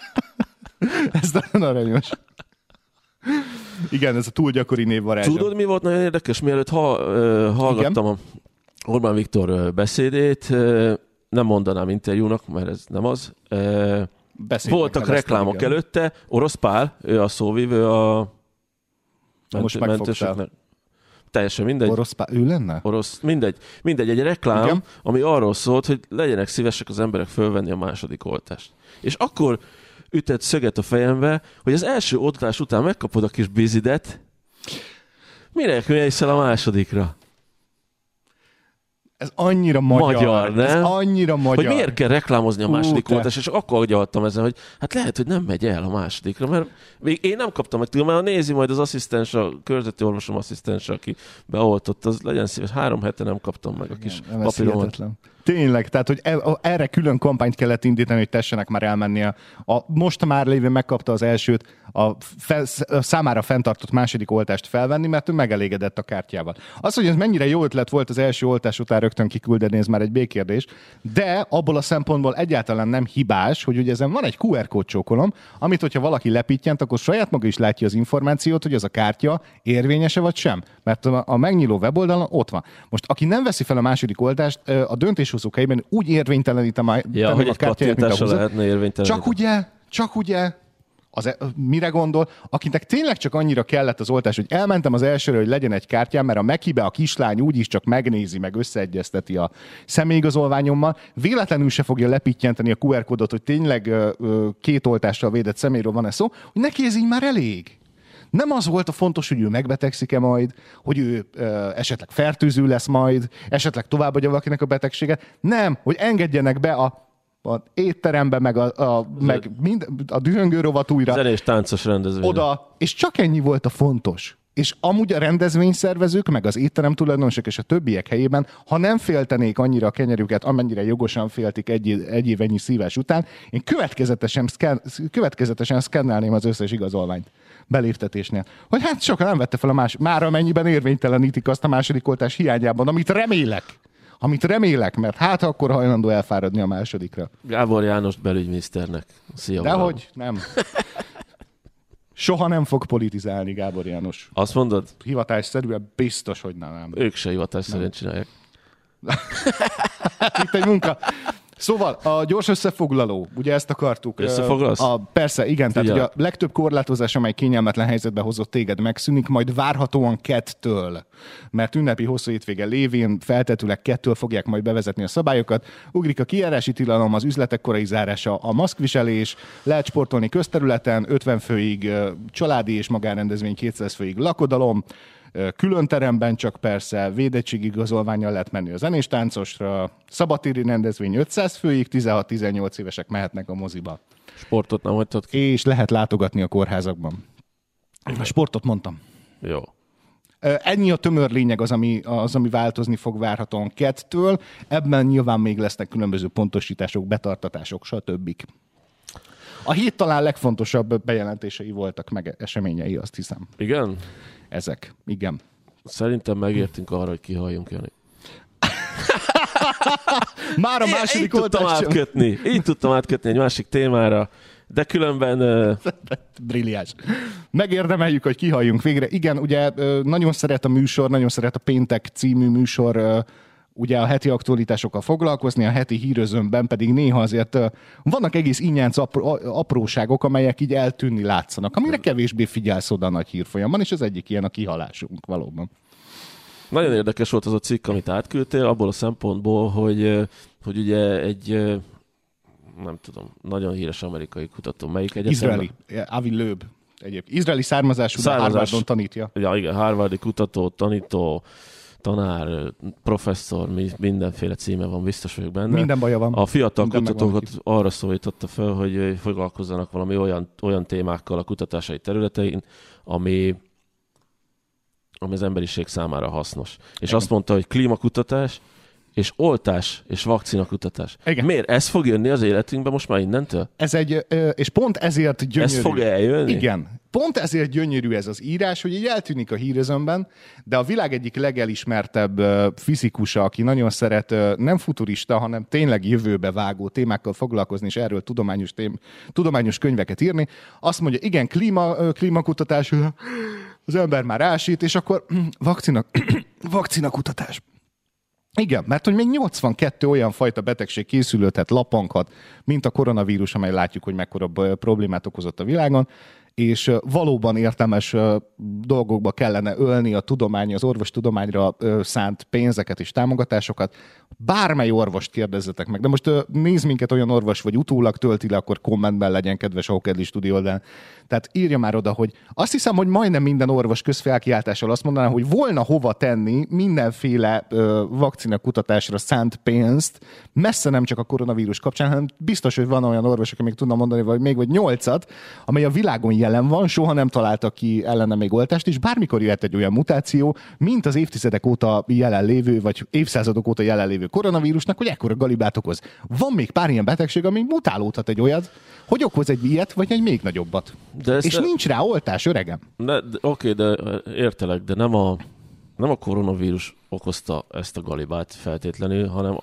Ez nagyon aranyos. Igen, ez a túl gyakori névvarázsa. Tudod, mi volt nagyon érdekes? Mielőtt hallgattam a Orbán Viktor beszédét, nem mondanám interjúnak, mert ez nem az. Voltak reklámok előtte. Orosz Pál, ő a szóvivő a mentősöknek. Teljesen mindegy. Orosz Pál, ő lenne? Mindegy, egy reklám, igen? Ami arról szólt, hogy legyenek szívesek az emberek fölvenni a második oltást. És akkor ütett szöget a fejembe, hogy az első oltás után megkapod a kis bizidet, mire jöjjsz el a másodikra? Ez annyira magyar, nem? Ez annyira magyar. Hogy miért kell reklámozni a második oltást, és akkor agyaltam ezen, hogy hát lehet, hogy nem megy el a másodikra, mert még én nem kaptam meg, tudom, mert nézi majd az asszisztens, a körzeti orvosom asszisztens, aki beoltott, az legyen szíves. 3 hete nem kaptam meg a kis papíromat. Tényleg, tehát, hogy erre külön kampányt kellett indítani, hogy tessenek már elmenni. Most már lévő megkapta az elsőt, számára fenntartott második oltást felvenni, mert ő megelégedett a kártyával. Az, hogy ez mennyire jó ötlet volt az első oltás után rögtön kiküldeni, ez már egy B-kérdés, de abból a szempontból egyáltalán nem hibás, hogy ugye ezen van egy QR kód csókolom, amit, hogyha valaki lepittyent, akkor saját maga is látja az információt, hogy ez a kártya érvényese vagy sem. Mert a megnyíló weboldalon ott van. Most, aki nem veszi fel a második oltást, a döntéshozók helyében úgy érvénytelenítem a kártyáját, mint a lehetne érvényteleníteni. Csak ugye mire gondol? Akinek tényleg csak annyira kellett az oltás, hogy elmentem az elsőre, hogy legyen egy kártyám, mert a Mekibe a kislány úgyis csak megnézi, meg összeegyezteti a személyigazolványommal, véletlenül se fogja lepittyenteni a QR kódot, hogy tényleg 2 oltással védett személyről van-e szó, hogy neki ez így már elég. Nem az volt a fontos, hogy ő megbetegszik-e majd, hogy ő esetleg fertőző lesz majd, esetleg továbbadja valakinek a betegséget. Nem, hogy engedjenek be a étterembe, meg a dühöngő rovat újra. Zenés táncos rendezvény. Oda, és csak ennyi volt a fontos. És amúgy a rendezvényszervezők, meg az étterem tulajdonosok és a többiek helyében, ha nem féltenék annyira a kenyerüket, amennyire jogosan féltik egy évennyi szívás után, én következetesen szkennelném az összes igazolványt beléptetésnél. Hogy hát sokan nem vette fel a már amennyiben érvénytelenítik azt a második oltás hiányában, amit remélek, mert hát akkor hajlandó elfáradni a másodikra. Gábor János belügyminiszternek. Szia, dehogy nem. Soha nem fog politizálni Gábor János. Azt mondod? Hivatásszerűen biztos, hogy nem. Ők se hivatásszerűen csinálják. Itt egy munka. Szóval a gyors összefoglaló, ugye ezt akartuk. Összefoglalsz? Persze, igen. Tehát ugye a legtöbb korlátozás, amely kényelmetlen helyzetbe hozott téged, megszűnik, majd várhatóan 2-től. Mert ünnepi hosszú hétvége lévén feltetőleg 2-től fogják majd bevezetni a szabályokat. Ugrik a kijárási tilalom, az üzletek korai zárása, a maszkviselés, lehet sportolni közterületen, 50 főig családi és magánrendezvény, 200 főig lakodalom, külön teremben, csak persze védettségigazolvánnyal lehet menni a zenéstáncosra, szabadtéri rendezvény 500 főig, 16-18 évesek mehetnek a moziba. Sportot nem hagytad ki? És lehet látogatni a kórházakban. A sportot mondtam. Jó. Ennyi a tömör lényeg az, ami változni fog várhatóan kettől. Ebben nyilván még lesznek különböző pontosítások, betartatások, stb. A hét talán legfontosabb bejelentései voltak, meg eseményei, azt hiszem. Igen? Ezek, igen. Szerintem megértünk arra, hogy kihalljunk, Jani. Már a második oldalt így tudtam átkötni egy másik témára, de különben... Brilliáns. Megérdemeljük, hogy kihalljunk végre. Igen, ugye nagyon szeret a műsor, nagyon szeret a Péntek című műsor, ugye a heti aktualitásokkal foglalkozni, a heti hírözőmben pedig néha azért vannak egész ingyenc apróságok, amelyek így eltűnni látszanak, amire kevésbé figyelsz oda a nagy hírfolyamban, és az egyik ilyen a kihalásunk valóban. Nagyon érdekes volt az a cikk, amit átküldtél, abból a szempontból, hogy ugye egy, nem tudom, nagyon híres amerikai kutató, melyik egyetemben? Izraeli, Avi Loeb egyébként. Izraeli származású, de Harvardon tanítja. Ja, igen, harvardi kutató, tanító, tanár, professzor, mindenféle címe van, biztos vagyok benne. Minden baja van. A fiatal kutatókat arra szólította fel, hogy foglalkozzanak valami olyan témákkal a kutatásai területein, ami az emberiség számára hasznos. És igen. Azt mondta, hogy klímakutatás, és oltás, és vakcinakutatás. Igen. Miért? Ez fog jönni az életünkbe most már innentől? Ez és pont ezért gyönyörű. Ez fog eljönni? Igen. Pont ezért gyönyörű ez az írás, hogy így eltűnik a hírözömben, de a világ egyik legelismertebb fizikusa, aki nagyon szeret nem futurista, hanem tényleg jövőbe vágó témákkal foglalkozni, és erről tudományos könyveket írni, azt mondja, igen, klímakutatás, az ember már ásít, és akkor vakcinakutatás. Igen, mert hogy még 82 olyan fajta betegség készülődhet, lapanghat, mint a koronavírus, amely látjuk, hogy mekkora problémát okozott a világon, és valóban értelmes dolgokba kellene ölni a tudomány, az orvostudományra szánt pénzeket és támogatásokat. Bármely orvost kérdezzetek meg, de most nézd minket olyan orvos, vagy utólag tölti le, akkor kommentben legyen kedves a Hokedli Stúdió oldalán. Tehát írja már oda, hogy azt hiszem, hogy majdnem minden orvos közfelkiáltással azt mondaná, hogy volna hova tenni mindenféle vakcinakutatásra szánt pénzt, messze nem csak a koronavírus kapcsán, hanem biztos, hogy van olyan orvos, aki még tudna mondani, vagy még vagy 8-at, amely a világon jelen van, soha nem találtak ki ellene még oltást, és bármikor jöhet egy olyan mutáció, mint az évtizedek óta jelenlévő, vagy évszázadok óta jelenlévő koronavírusnak, hogy ekkora galibát okoz. Van még pár ilyen betegség, ami mutálódhat egy olyat, hogy okoz egy ilyet, vagy egy még nagyobbat. És nincs rá oltás, öregem. Oké, de értelek, de nem a koronavírus okozta ezt a galibát feltétlenül, hanem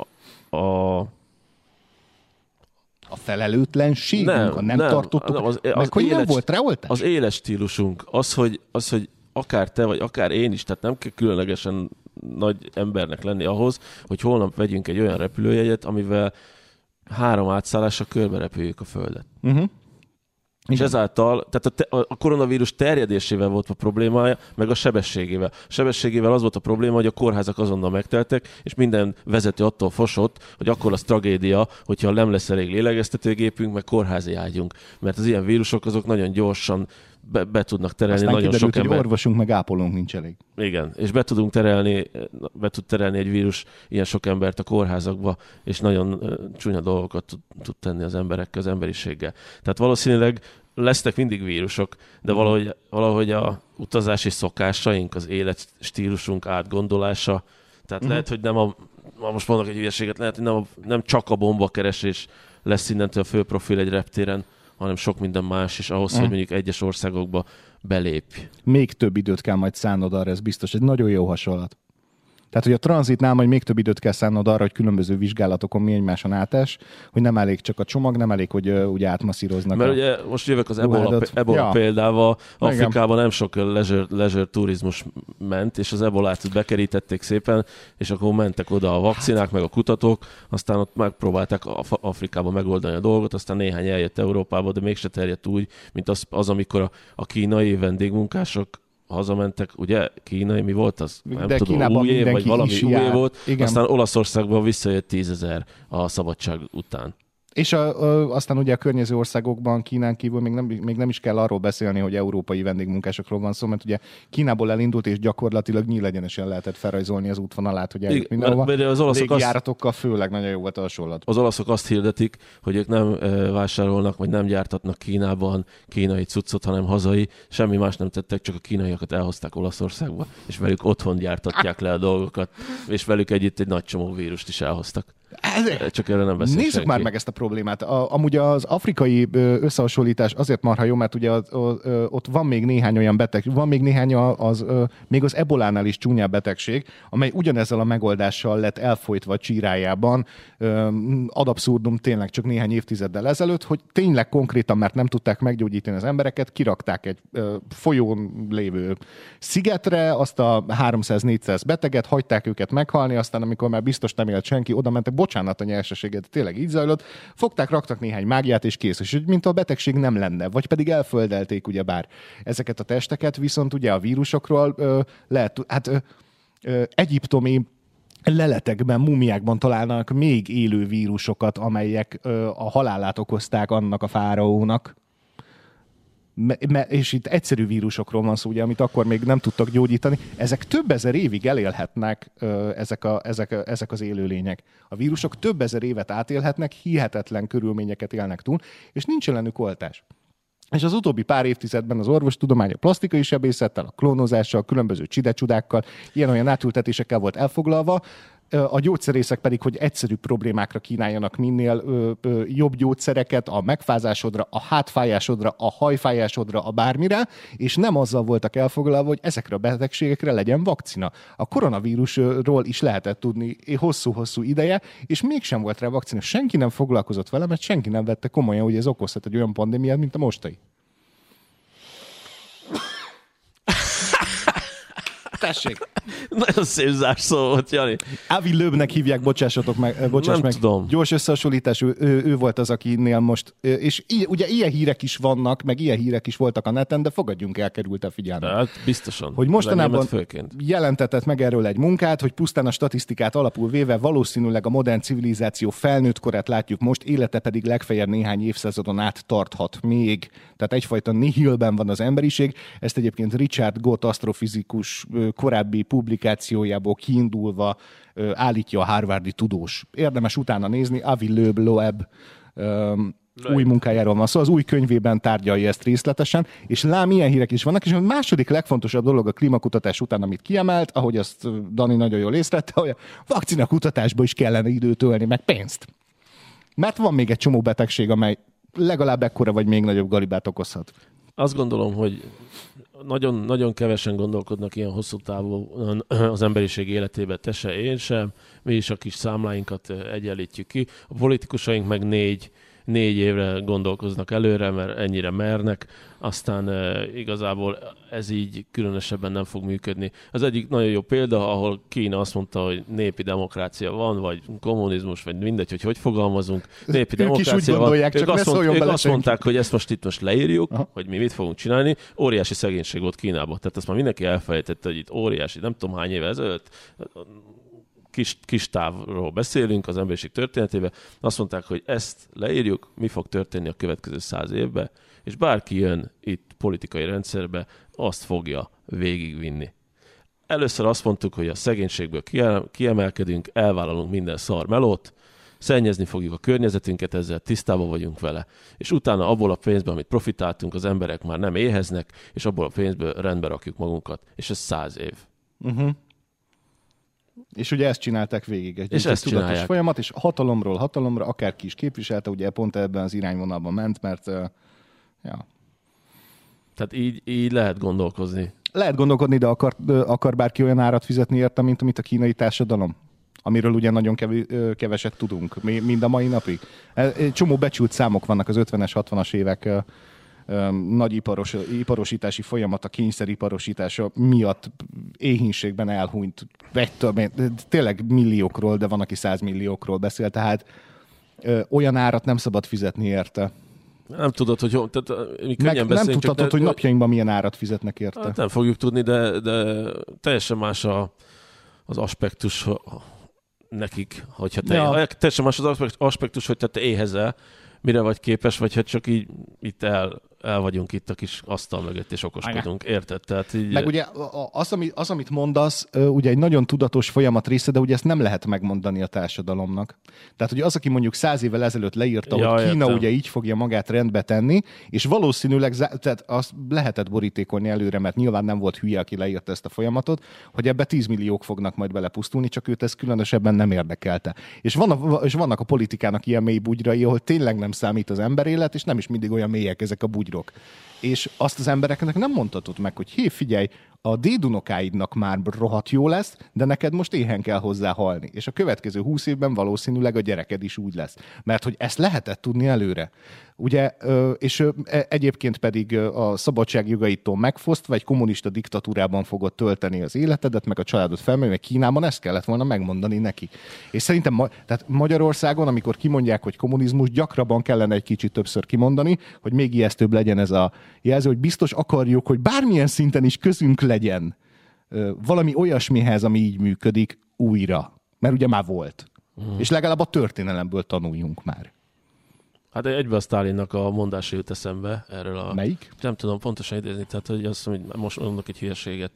a felelőtlenségünk, a nem tartottuk, hogy nem volt rá oltás. Az éles stílusunk, az, hogy akár te, vagy akár én is, tehát nem kell különlegesen nagy embernek lenni ahhoz, hogy holnap vegyünk egy olyan repülőjegyet, amivel 3 átszállásra körbe repüljük a Földet. Uh-huh. És ezáltal, tehát a koronavírus terjedésével volt a problémája, meg a sebességével. A sebességével az volt a probléma, hogy a kórházak azonnal megteltek, és minden vezető attól fosott, hogy akkor az tragédia, hogyha nem lesz elég lélegeztetőgépünk, meg kórházi ágyunk. Mert az ilyen vírusok azok nagyon gyorsan be tudnak terelni. Aztán nagyon kiderült, sok ember. Hogy orvosunk meg ápolónk nincs elég. Igen, és be tud terelni egy vírus ilyen sok embert a kórházakba, és nagyon csúnya dolgokat tud tenni az emberekkel, az emberiséggel. Tehát valószínűleg lesznek mindig vírusok, de valahogy a utazási szokásaink, az életstílusunk átgondolása, tehát lehet, hogy most mondok egy hülyeséget, lehet, hogy nem csak a bombakeresés lesz innentől a főprofil egy reptéren, hanem sok minden más is ahhoz, hogy mondjuk egyes országokba belépj. Még több időt kell majd szánnod arra, ez biztos. Egy nagyon jó hasonlat. Tehát, hogy a tranzitnál majd még több időt kell szánnod arra, hogy különböző vizsgálatokon mi egymáson átás, hogy nem elég csak a csomag, nem elég, hogy ugye átmasszíroznak. Mert ugye most jövök az ebola példával, Afrikában nem sok leisure turizmus ment, és az ebolát bekerítették szépen, és akkor mentek oda a vakcinák, meg a kutatók, aztán ott megpróbálták Afrikában megoldani a dolgot, aztán néhány eljött Európába, de mégse terjedt úgy, mint az amikor a kínai vendégmunkások hazamentek, ugye? Kínai, mi volt az? Nem de tudom, Kínában új év, vagy valami új év volt. Igen. Aztán Olaszországban visszajött 10 000 a szabadság után. És aztán ugye a környező országokban, Kínán kívül még nem is kell arról beszélni, hogy európai vendégmunkásokról van szó, mert ugye Kínából elindult, és gyakorlatilag nyílegyenesen lehetett felrajzolni az útvonalát, hogy eljut mindenhova. Az olaszok járatokkal főleg nagyon jó volt a hasonlat. Az olaszok azt hirdetik, hogy ők nem vásárolnak, vagy nem gyártatnak Kínában kínai cuccot, hanem hazai. Semmi más nem tettek, csak a kínaiakat elhozták Olaszországba, és velük otthon gyártatják le a dolgokat, és velük együtt egy nagy csomó vírust is elhoztak. Csak erre nem beszél Nézzük senki. már meg ezt a problémát. Amúgy az afrikai összehasonlítás azért marha jó, mert ugye ott van még néhány olyan beteg, van még néhány még az ebolánál is csúnyább betegség, amely ugyanezzel a megoldással lett elfolytva a csírájában ad abszurdum tényleg csak néhány évtizeddel ezelőtt, hogy tényleg konkrétan, mert nem tudták meggyógyítani az embereket, kirakták egy folyón lévő szigetre, azt a 300-400 beteget, hagyták őket meghalni, aztán amikor már biztos nem élt senki, oda mentek, bocsánat a nyerseséget, tényleg így zajlott, fogták, raktak néhány mágiát és kész. És mint a betegség nem lenne, vagy pedig elföldelték ugyebár ezeket a testeket, viszont ugye a vírusokról egyiptomi leletekben, múmiákban találnak még élő vírusokat, amelyek a halálát okozták annak a fáraónak. És itt egyszerű vírusokról van szó, ugye, amit akkor még nem tudtak gyógyítani. Ezek több ezer évig elélhetnek, ezek az élőlények. A vírusok több ezer évet átélhetnek, hihetetlen körülményeket élnek túl, és nincs ellenük oltás. És az utóbbi pár évtizedben az orvostudomány a plastikai sebészettel, a klónozással, különböző csidecsudákkal, ilyen-olyan átültetésekkel volt elfoglalva, a gyógyszerészek pedig, hogy egyszerű problémákra kínáljanak minél jobb gyógyszereket a megfázásodra, a hátfájásodra, a hajfájásodra, a bármire, és nem azzal voltak elfoglalva, hogy ezekre a betegségekre legyen vakcina. A koronavírusról is lehetett tudni hosszú-hosszú ideje, és mégsem volt rá vakcina. Senki nem foglalkozott vele, mert senki nem vette komolyan, hogy ez okozhat egy olyan pandémiát, mint a mostani. Tessék! Nagyon szép zárszó volt, Jani. Avi Loebnek hívják, bocsáss meg. Tudom. Gyors összehasonlítás, ő volt az, akinél most, és ugye ilyen hírek is vannak, meg ilyen hírek is voltak a neten, de fogadjunk el, került a figyelmet. Hát biztosan. Hogy mostanában jelentetett meg erről egy munkát, hogy pusztán a statisztikát alapul véve valószínűleg a modern civilizáció felnőtt korát látjuk most, élete pedig legfeljebb néhány évszázadon át tarthat még. Tehát egyfajta nihilben van az emberiség. Ezt egyébként Richard Gott asztrofizikus korábbi publikációjából kiindulva állítja a harvardi tudós. Érdemes utána nézni, Avi Loeb új munkájáról van szó, szóval az új könyvében tárgyalja ezt részletesen, és lám ilyen hírek is vannak, és a második legfontosabb dolog a klímakutatás után, amit kiemelt, ahogy azt Dani nagyon jól észrevette, hogy a vakcinakutatásba is kellene időt ölni, meg pénzt. Mert van még egy csomó betegség, amely legalább ekkora vagy még nagyobb galibát okozhat. Azt gondolom, hogy nagyon, nagyon kevesen gondolkodnak ilyen hosszú távon az emberiség életébe, te se, én sem. Mi is a kis számláinkat egyenlítjük ki. A politikusaink meg négy évre gondolkoznak előre, mert ennyire mernek, aztán igazából ez így különösebben nem fog működni. Az egyik nagyon jó példa, ahol Kína azt mondta, hogy népi demokrácia van, vagy kommunizmus, vagy mindegy, hogy fogalmazunk. Népi demokrácia van. Ők azt mondták, hogy ezt most leírjuk, hogy mi mit fogunk csinálni. Óriási szegénység volt Kínában. Tehát ezt már mindenki elfelejtette, hogy itt óriási, nem tudom hány éve ezelőtt, kis távról beszélünk az emberiség történetében, azt mondták, hogy ezt leírjuk, mi fog történni a következő 100 évben, és bárki jön itt politikai rendszerbe, azt fogja végigvinni. Először azt mondtuk, hogy a szegénységből kiemelkedünk, elvállalunk minden szarmelót, szennyezni fogjuk a környezetünket, ezzel tisztában vagyunk vele. És utána abból a pénzből, amit profitáltunk, az emberek már nem éheznek, és abból a pénzből rendbe rakjuk magunkat. És ez 100 év. Uh-huh. És ugye ezt csinálták végig. Egy tudatos folyamat, és hatalomról hatalomra, akárki is képviselte, ugye pont ebben az irányvonalban ment, mert ja. Tehát így lehet gondolkozni. Lehet gondolkodni, de akar bárki olyan árat fizetni érte, mint amit a kínai társadalom? Amiről ugye nagyon keveset tudunk, mind a mai napig. Egy csomó becsült számok vannak az 50-es, 60-as évek nagy iparosítási folyamata, kényszeriparosítása miatt éhínségben elhunyt, tényleg milliókról, de van, aki 100 milliókról beszél, tehát olyan árat nem szabad fizetni érte. Nem tudod, hogy nem tudhatod, hogy napjainkban milyen árat fizetnek érte. Hát nem fogjuk tudni, de teljesen más az aspektus. nekik, hogyha teljesen más az aspektus, hogy te éhezel, mire vagy képes, vagy hát csak így itt el vagyunk itt a kis asztal mögött, és okoskodunk. Érted? Tehát így... Meg ugye az, amit mondasz, ugye egy nagyon tudatos folyamat része, de ugye ezt nem lehet megmondani a társadalomnak. Tehát ugye az, aki mondjuk 100 évvel ezelőtt leírta, hogy Kína ugye így fogja magát rendbe tenni, és valószínűleg tehát azt lehetett borítékolni előre, mert nyilván nem volt hülye, aki leírta ezt a folyamatot, hogy ebbe 10 milliók fognak majd belepusztulni, csak őt ez különösebben nem érdekelte. És vannak a politikának ilyen mély bugyrai, ahol tényleg nem számít az emberélet, és nem is mindig olyan mélyek ezek a bugyrok. És azt az embereknek nem mondhatod meg, hogy hé, figyelj, a dédunokáidnak már rohadt jó lesz, de neked most éhen kell hozzá halni. És a következő 20 évben valószínűleg a gyereked is úgy lesz. Mert hogy ezt lehetett tudni előre. Ugye, és egyébként pedig a szabadság jogaitól megfosztva egy kommunista diktatúrában fogod tölteni az életedet, meg a családot felmenni, meg Kínában ezt kellett volna megmondani neki. És szerintem tehát Magyarországon, amikor kimondják, hogy kommunizmus, gyakrabban kellene egy kicsit többször kimondani, hogy még ijesztőbb legyen ez a jelző, hogy biztos akarjuk, hogy bármilyen szinten is közünk legyen valami olyasmihez, ami így működik újra. Mert ugye már volt. És legalább a történelemből tanuljunk már. Hát egybe a Sztálinnak a mondása jut eszembe erről a... Melyik? Nem tudom pontosan idézni, tehát hogy azt mondom, hogy most mondok egy hülyeséget.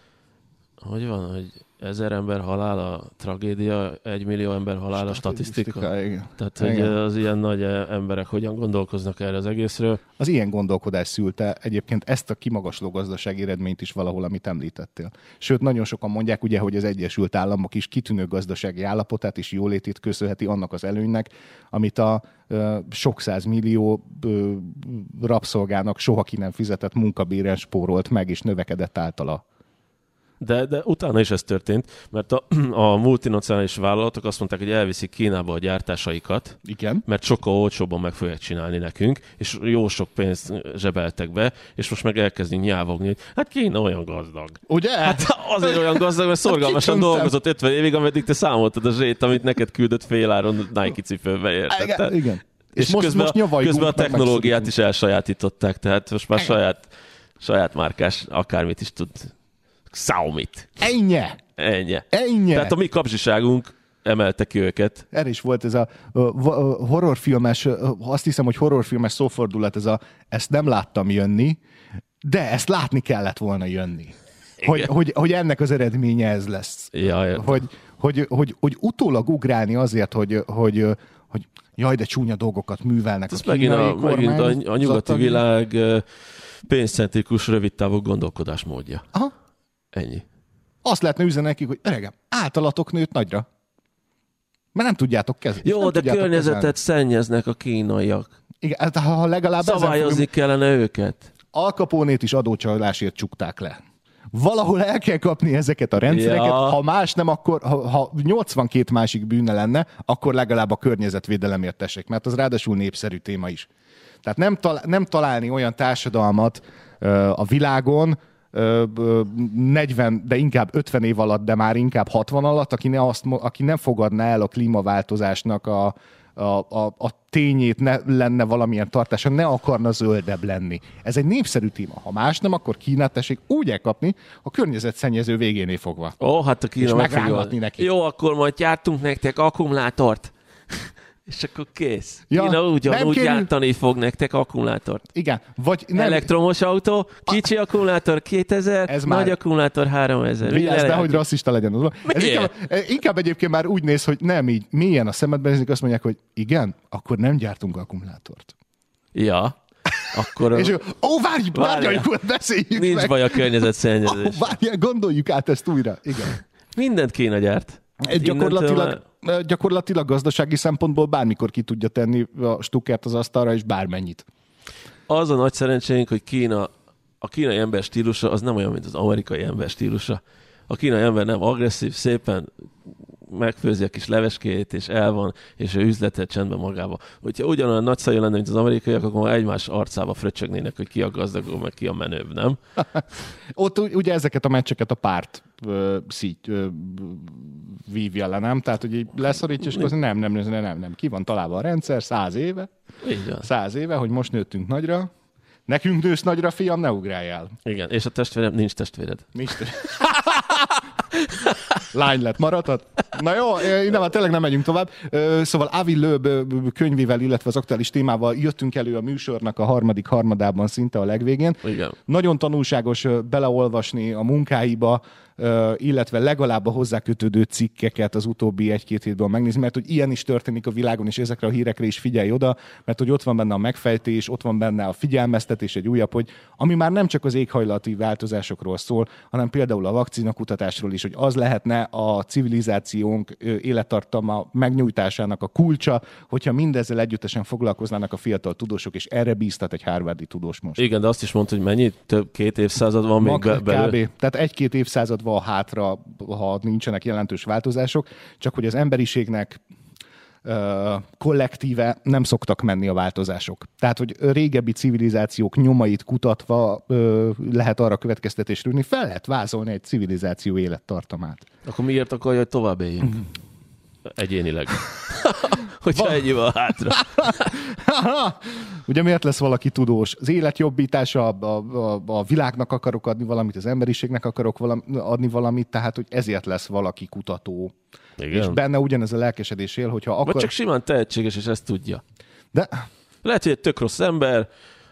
Hogy van, hogy 1000 ember halál a tragédia, 1 millió ember halál a statisztika. Igen. Tehát, hogy az ilyen nagy emberek hogyan gondolkoznak erre az egészről. Az ilyen gondolkodás szülte egyébként ezt a kimagasló gazdasági eredményt is valahol, amit említettél. Sőt, nagyon sokan mondják, ugye, hogy az Egyesült Államok is kitűnő gazdasági állapotát és jólétét köszönheti annak az előnynek, amit a sok százmillió rabszolgának soha ki nem fizetett munkabéren spórolt meg, és növekedett általa. De utána is ez történt, mert a multinacionális vállalatok azt mondták, hogy elviszik Kínába a gyártásaikat, igen, mert sokkal olcsóbban meg fogják csinálni nekünk, és jó sok pénzt zsebeltek be, és most meg elkezdünk nyávogni, hogy hát Kína olyan gazdag. Ugye? Hát azért olyan gazdag, mert szorgalmasan dolgozott 50 évig, ameddig te számoltad a zsét, amit neked küldött féláron Nike cipőbe, érted? Igen. És közben a technológiát is elsajátították, tehát most már saját márkás akármit is tud. Xiaomit. Ennyi. Tehát a mi kapzsiságunk emelte ki őket. Erre is volt ez a horrorfilmes, azt hiszem, hogy horrorfilmes szófordulat, ezt nem láttam jönni, de ezt látni kellett volna jönni. Hogy ennek az eredménye ez lesz. Ja, hogy utólag ugrálni azért, hogy jaj, de csúnya dolgokat művelnek ez a kínai kormány. Megint a nyugati világ pénzcentrikus, rövidtávú gondolkodásmódja. Aha. Ennyi. Azt lehetne üzenni nekik, hogy öregem, általatok nőtt nagyra. Mert nem tudjátok kezelni. Jó, de környezetet szennyeznek a kínaiak. Igen, hát ha legalább szabályozni kellene őket. Al Caponét is adócsalásért csukták le. Valahol el kell kapni ezeket a rendszereket, ha más nem, akkor ha 82 másik bűne lenne, akkor legalább a környezetvédelemért tessék, mert az ráadásul népszerű téma is. Tehát nem találni olyan társadalmat a világon, 40, de inkább 50 év alatt, de már inkább 60 alatt, aki nem fogadná el a klímaváltozásnak a tényét, ne lenne valamilyen tartása, ne akarna zöldebb lenni. Ez egy népszerű téma. Ha más nem, akkor Kínát tessék úgy elkapni a környezetszennyező végénél fogva. Hát a Kína megrángatni neki. Jó, akkor majd gyártunk nektek akkumulátort. És akkor kész. Kína ugyanúgy gyártani fog nektek akkumulátort. Igen. Vagy nem. Elektromos autó, kicsi akkumulátor 2000, ez nagy akkumulátor 3000. Vigyázz, de hogy rasszista legyen. Ez inkább egyébként már úgy néz, hogy nem így mélyen a szemedben, ezek azt mondják, hogy igen, akkor nem gyártunk akkumulátort. Ja. Akkor... És várjunk, beszéljük Nincs baj a környezetszennyezés. Várjál, gondoljuk át ezt újra. Igen. Mindent Kína gyárt. Gyakorlatilag gazdasági szempontból bármikor ki tudja tenni a stukkert az asztalra, és bármennyit. Az a nagy szerencsénk, hogy a kínai ember stílusa az nem olyan, mint az amerikai ember stílusa. A kínai ember nem agresszív, szépen megfőzi a kis leveskét, és el van, és ő üzletet csendben magába. Hogyha ugyanolyan nagyszájú lenne, mint az amerikaiak, akkor egymás arcába fröcsögnének, hogy ki a gazdagok, meg ki a menőbb, nem? Ott ugye ezeket a meccseket a párt vívja le, nem? Tehát, hogy így leszorítja, és nem. Ki van találva a rendszer 100 éve? 100 éve, hogy most nőttünk nagyra. Nekünk nősz nagyra, fiam, ne ugráljál. Igen, és a testvérem, nincs testvéred. Nincs Lány lett, maradhat? Na jó, innen már tényleg nem megyünk tovább. Szóval Avi Loeb könyvével, illetve az aktuális témával jöttünk elő a műsornak a harmadik harmadában, szinte a legvégén. Igen. Nagyon tanulságos beleolvasni a munkáiba, illetve legalább a hozzákötődő cikkeket az utóbbi 1-2 hétben megnézni, mert hogy ilyen is történik a világon, és ezekre a hírekre is figyelj oda, mert hogy ott van benne a megfejtés, ott van benne a figyelmeztetés, egy újabb, hogy ami már nem csak az éghajlati változásokról szól, hanem például a vakcinakutatásról is, hogy az lehetne a civilizációnk élettartama megnyújtásának a kulcsa, hogyha mindezzel együttesen foglalkoznának a fiatal tudósok, és erre bíztat egy harvardi tudós most. Igen, de azt is mondta, hogy mennyi? Több 2 évszázad van még belőle? Kb. Tehát 1-2 évszázad van hátra, ha nincsenek jelentős változások, csak hogy az emberiségnek kollektíve nem szoktak menni a változások. Tehát, hogy régebbi civilizációk nyomait kutatva lehet arra következtetésre jutni, fel lehet vázolni egy civilizáció élettartamát. Akkor miért akarja, hogy tovább éljünk? Egyénileg. Hogyha ennyi van hátra. Ugye miért lesz valaki tudós? Az élet jobbítása, a világnak akarok adni valamit, az emberiségnek akarok adni valamit, tehát hogy ezért lesz valaki kutató. Igen. És benne ugyanez a lelkesedés él, hogyha akar... Vagy csak simán tehetséges, és ezt tudja. De... Lehet, hogy egy tök rossz ember,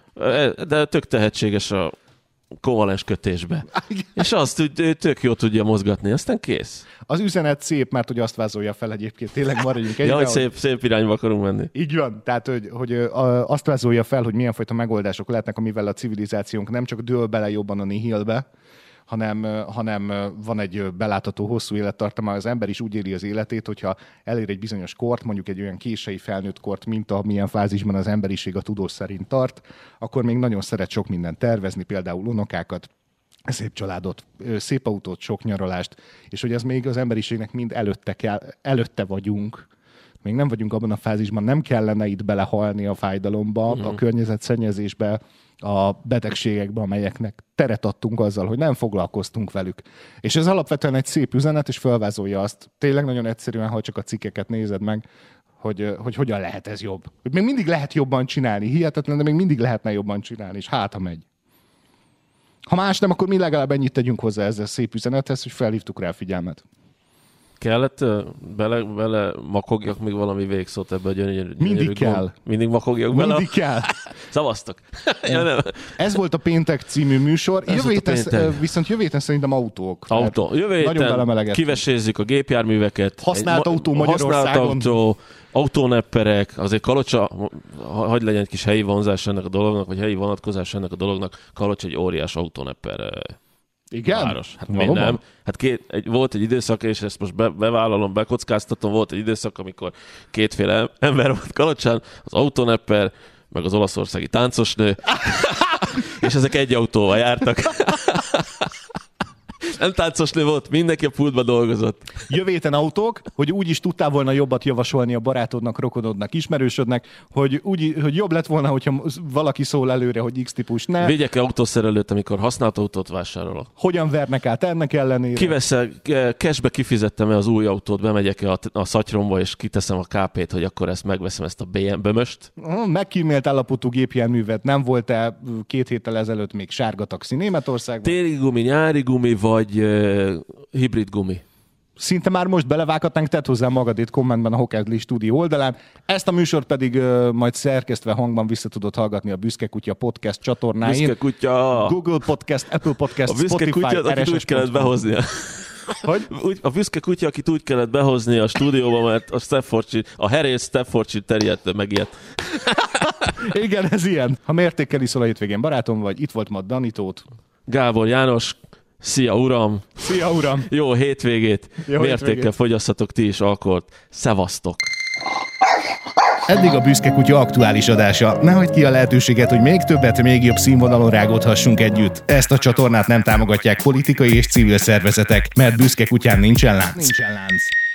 de tök tehetséges a kovalens kötésbe. És azt tök jól tudja mozgatni, aztán kész. Az üzenet szép, mert hogy azt vázolja fel egyébként. Tényleg maradjunk egyben. Ja, hogy szép irányba akarunk menni. Így van. Tehát, hogy azt vázolja fel, hogy milyen fajta megoldások lehetnek, amivel a civilizációnk nem csak dől bele jobban a nihilbe, hanem van egy belátható hosszú élettartama. Az ember is úgy éli az életét, hogyha elér egy bizonyos kort, mondjuk egy olyan késői felnőtt kort, mint amilyen fázisban az emberiség a tudós szerint tart, akkor még nagyon szeret sok mindent tervezni, például unokákat, szép családot, szép autót, sok nyaralást, és hogy ez még az emberiségnek mind előtte vagyunk. Még nem vagyunk abban a fázisban, nem kellene itt belehalni a fájdalomba, a környezetszennyezésbe, a betegségekbe, amelyeknek teret adtunk azzal, hogy nem foglalkoztunk velük. És ez alapvetően egy szép üzenet, és felvázolja azt, tényleg nagyon egyszerűen, ha csak a cikkeket nézed meg, hogy hogyan lehet ez jobb. Hogy még mindig lehet jobban csinálni, hihetetlen, de még mindig lehetne jobban csinálni, és hát ha megy. Ha más nem, akkor mi legalább ennyit tegyünk hozzá ezzel a szép üzenethez, hogy felhívtuk rá a figyelmet. Kellett bele makogjak még valami végszót ebbe a gyönyörű Mindig kell. Mindig makogjak bele? Mindig kell. Szavaztok. Ez volt a Péntek című műsor. Viszont jövő héten szerintem autók. Autó. Jövő héten kivesézzük a gépjárműveket. Használt autó Magyarországon. Autónepperek, azért Kalocsa, hagy legyen egy kis helyi vonzás ennek a dolognak, vagy helyi vonatkozás ennek a dolognak, Kalocsa egy óriás autónepper. Igen? Város. Hát miért nem? Hát volt egy időszak, és ezt most bevállalom, bekockáztatom, volt egy időszak, amikor kétféle ember volt Kalocsán, az autónepper, meg az olaszországi táncosnő, és ezek egy autóval jártak. Nem táncosnő volt, mindenki a pultba dolgozott. Jövő héten autók, hogy úgy is tudtál volna jobbat javasolni a barátodnak, rokonodnak, ismerősödnek, hogy jobb lett volna, hogyha valaki szól előre, hogy X-típus ne. Vigyek autószerelőt, amikor használt autót vásárolok. Hogyan vernek át ennek ellenére? Kiveszel, cashbe kifizettem-e az új autót, bemegyek-e a szatyromba, és kiteszem a KP-t, hogy akkor ezt megveszem, ezt a BMW-möst. Megkímélt állapotú gépjárművet, nem volt-e 2 héttel ezelőtt még sárga taxi Németországban? Téli gumi, nyári gumi, vagy hibrid gumi. Szinte már most belevághatnánk, tedd hozzá magadét kommentben a Hokedli stúdió oldalán. Ezt a műsort pedig majd szerkesztve hangban vissza tudod hallgatni a Büszke Kutya podcast csatornáin. Büszke Kutya. Google Podcast, Apple Podcast, Spotify, Kutya, akit úgy kellett behoznia. Hogy? A Büszke Kutya, akit úgy kellett behozni a stúdióba, mert a Harris Staffordshire terjedt meg ilyet. Igen, ez ilyen. Ha mértékkel iszol a hétvégén barátom vagy, itt volt ma Danitót. Gábor János. Szia, uram! Szia, uram! Jó hétvégét! Mértékkel fogyasszatok ti is alkoholt. Szevasztok! Eddig a Büszke Kutya aktuális adása. Ne hagyd ki a lehetőséget, hogy még többet, még jobb színvonalon rágódhassunk együtt. Ezt a csatornát nem támogatják politikai és civil szervezetek, mert Büszke Kutyán nincsen lánc.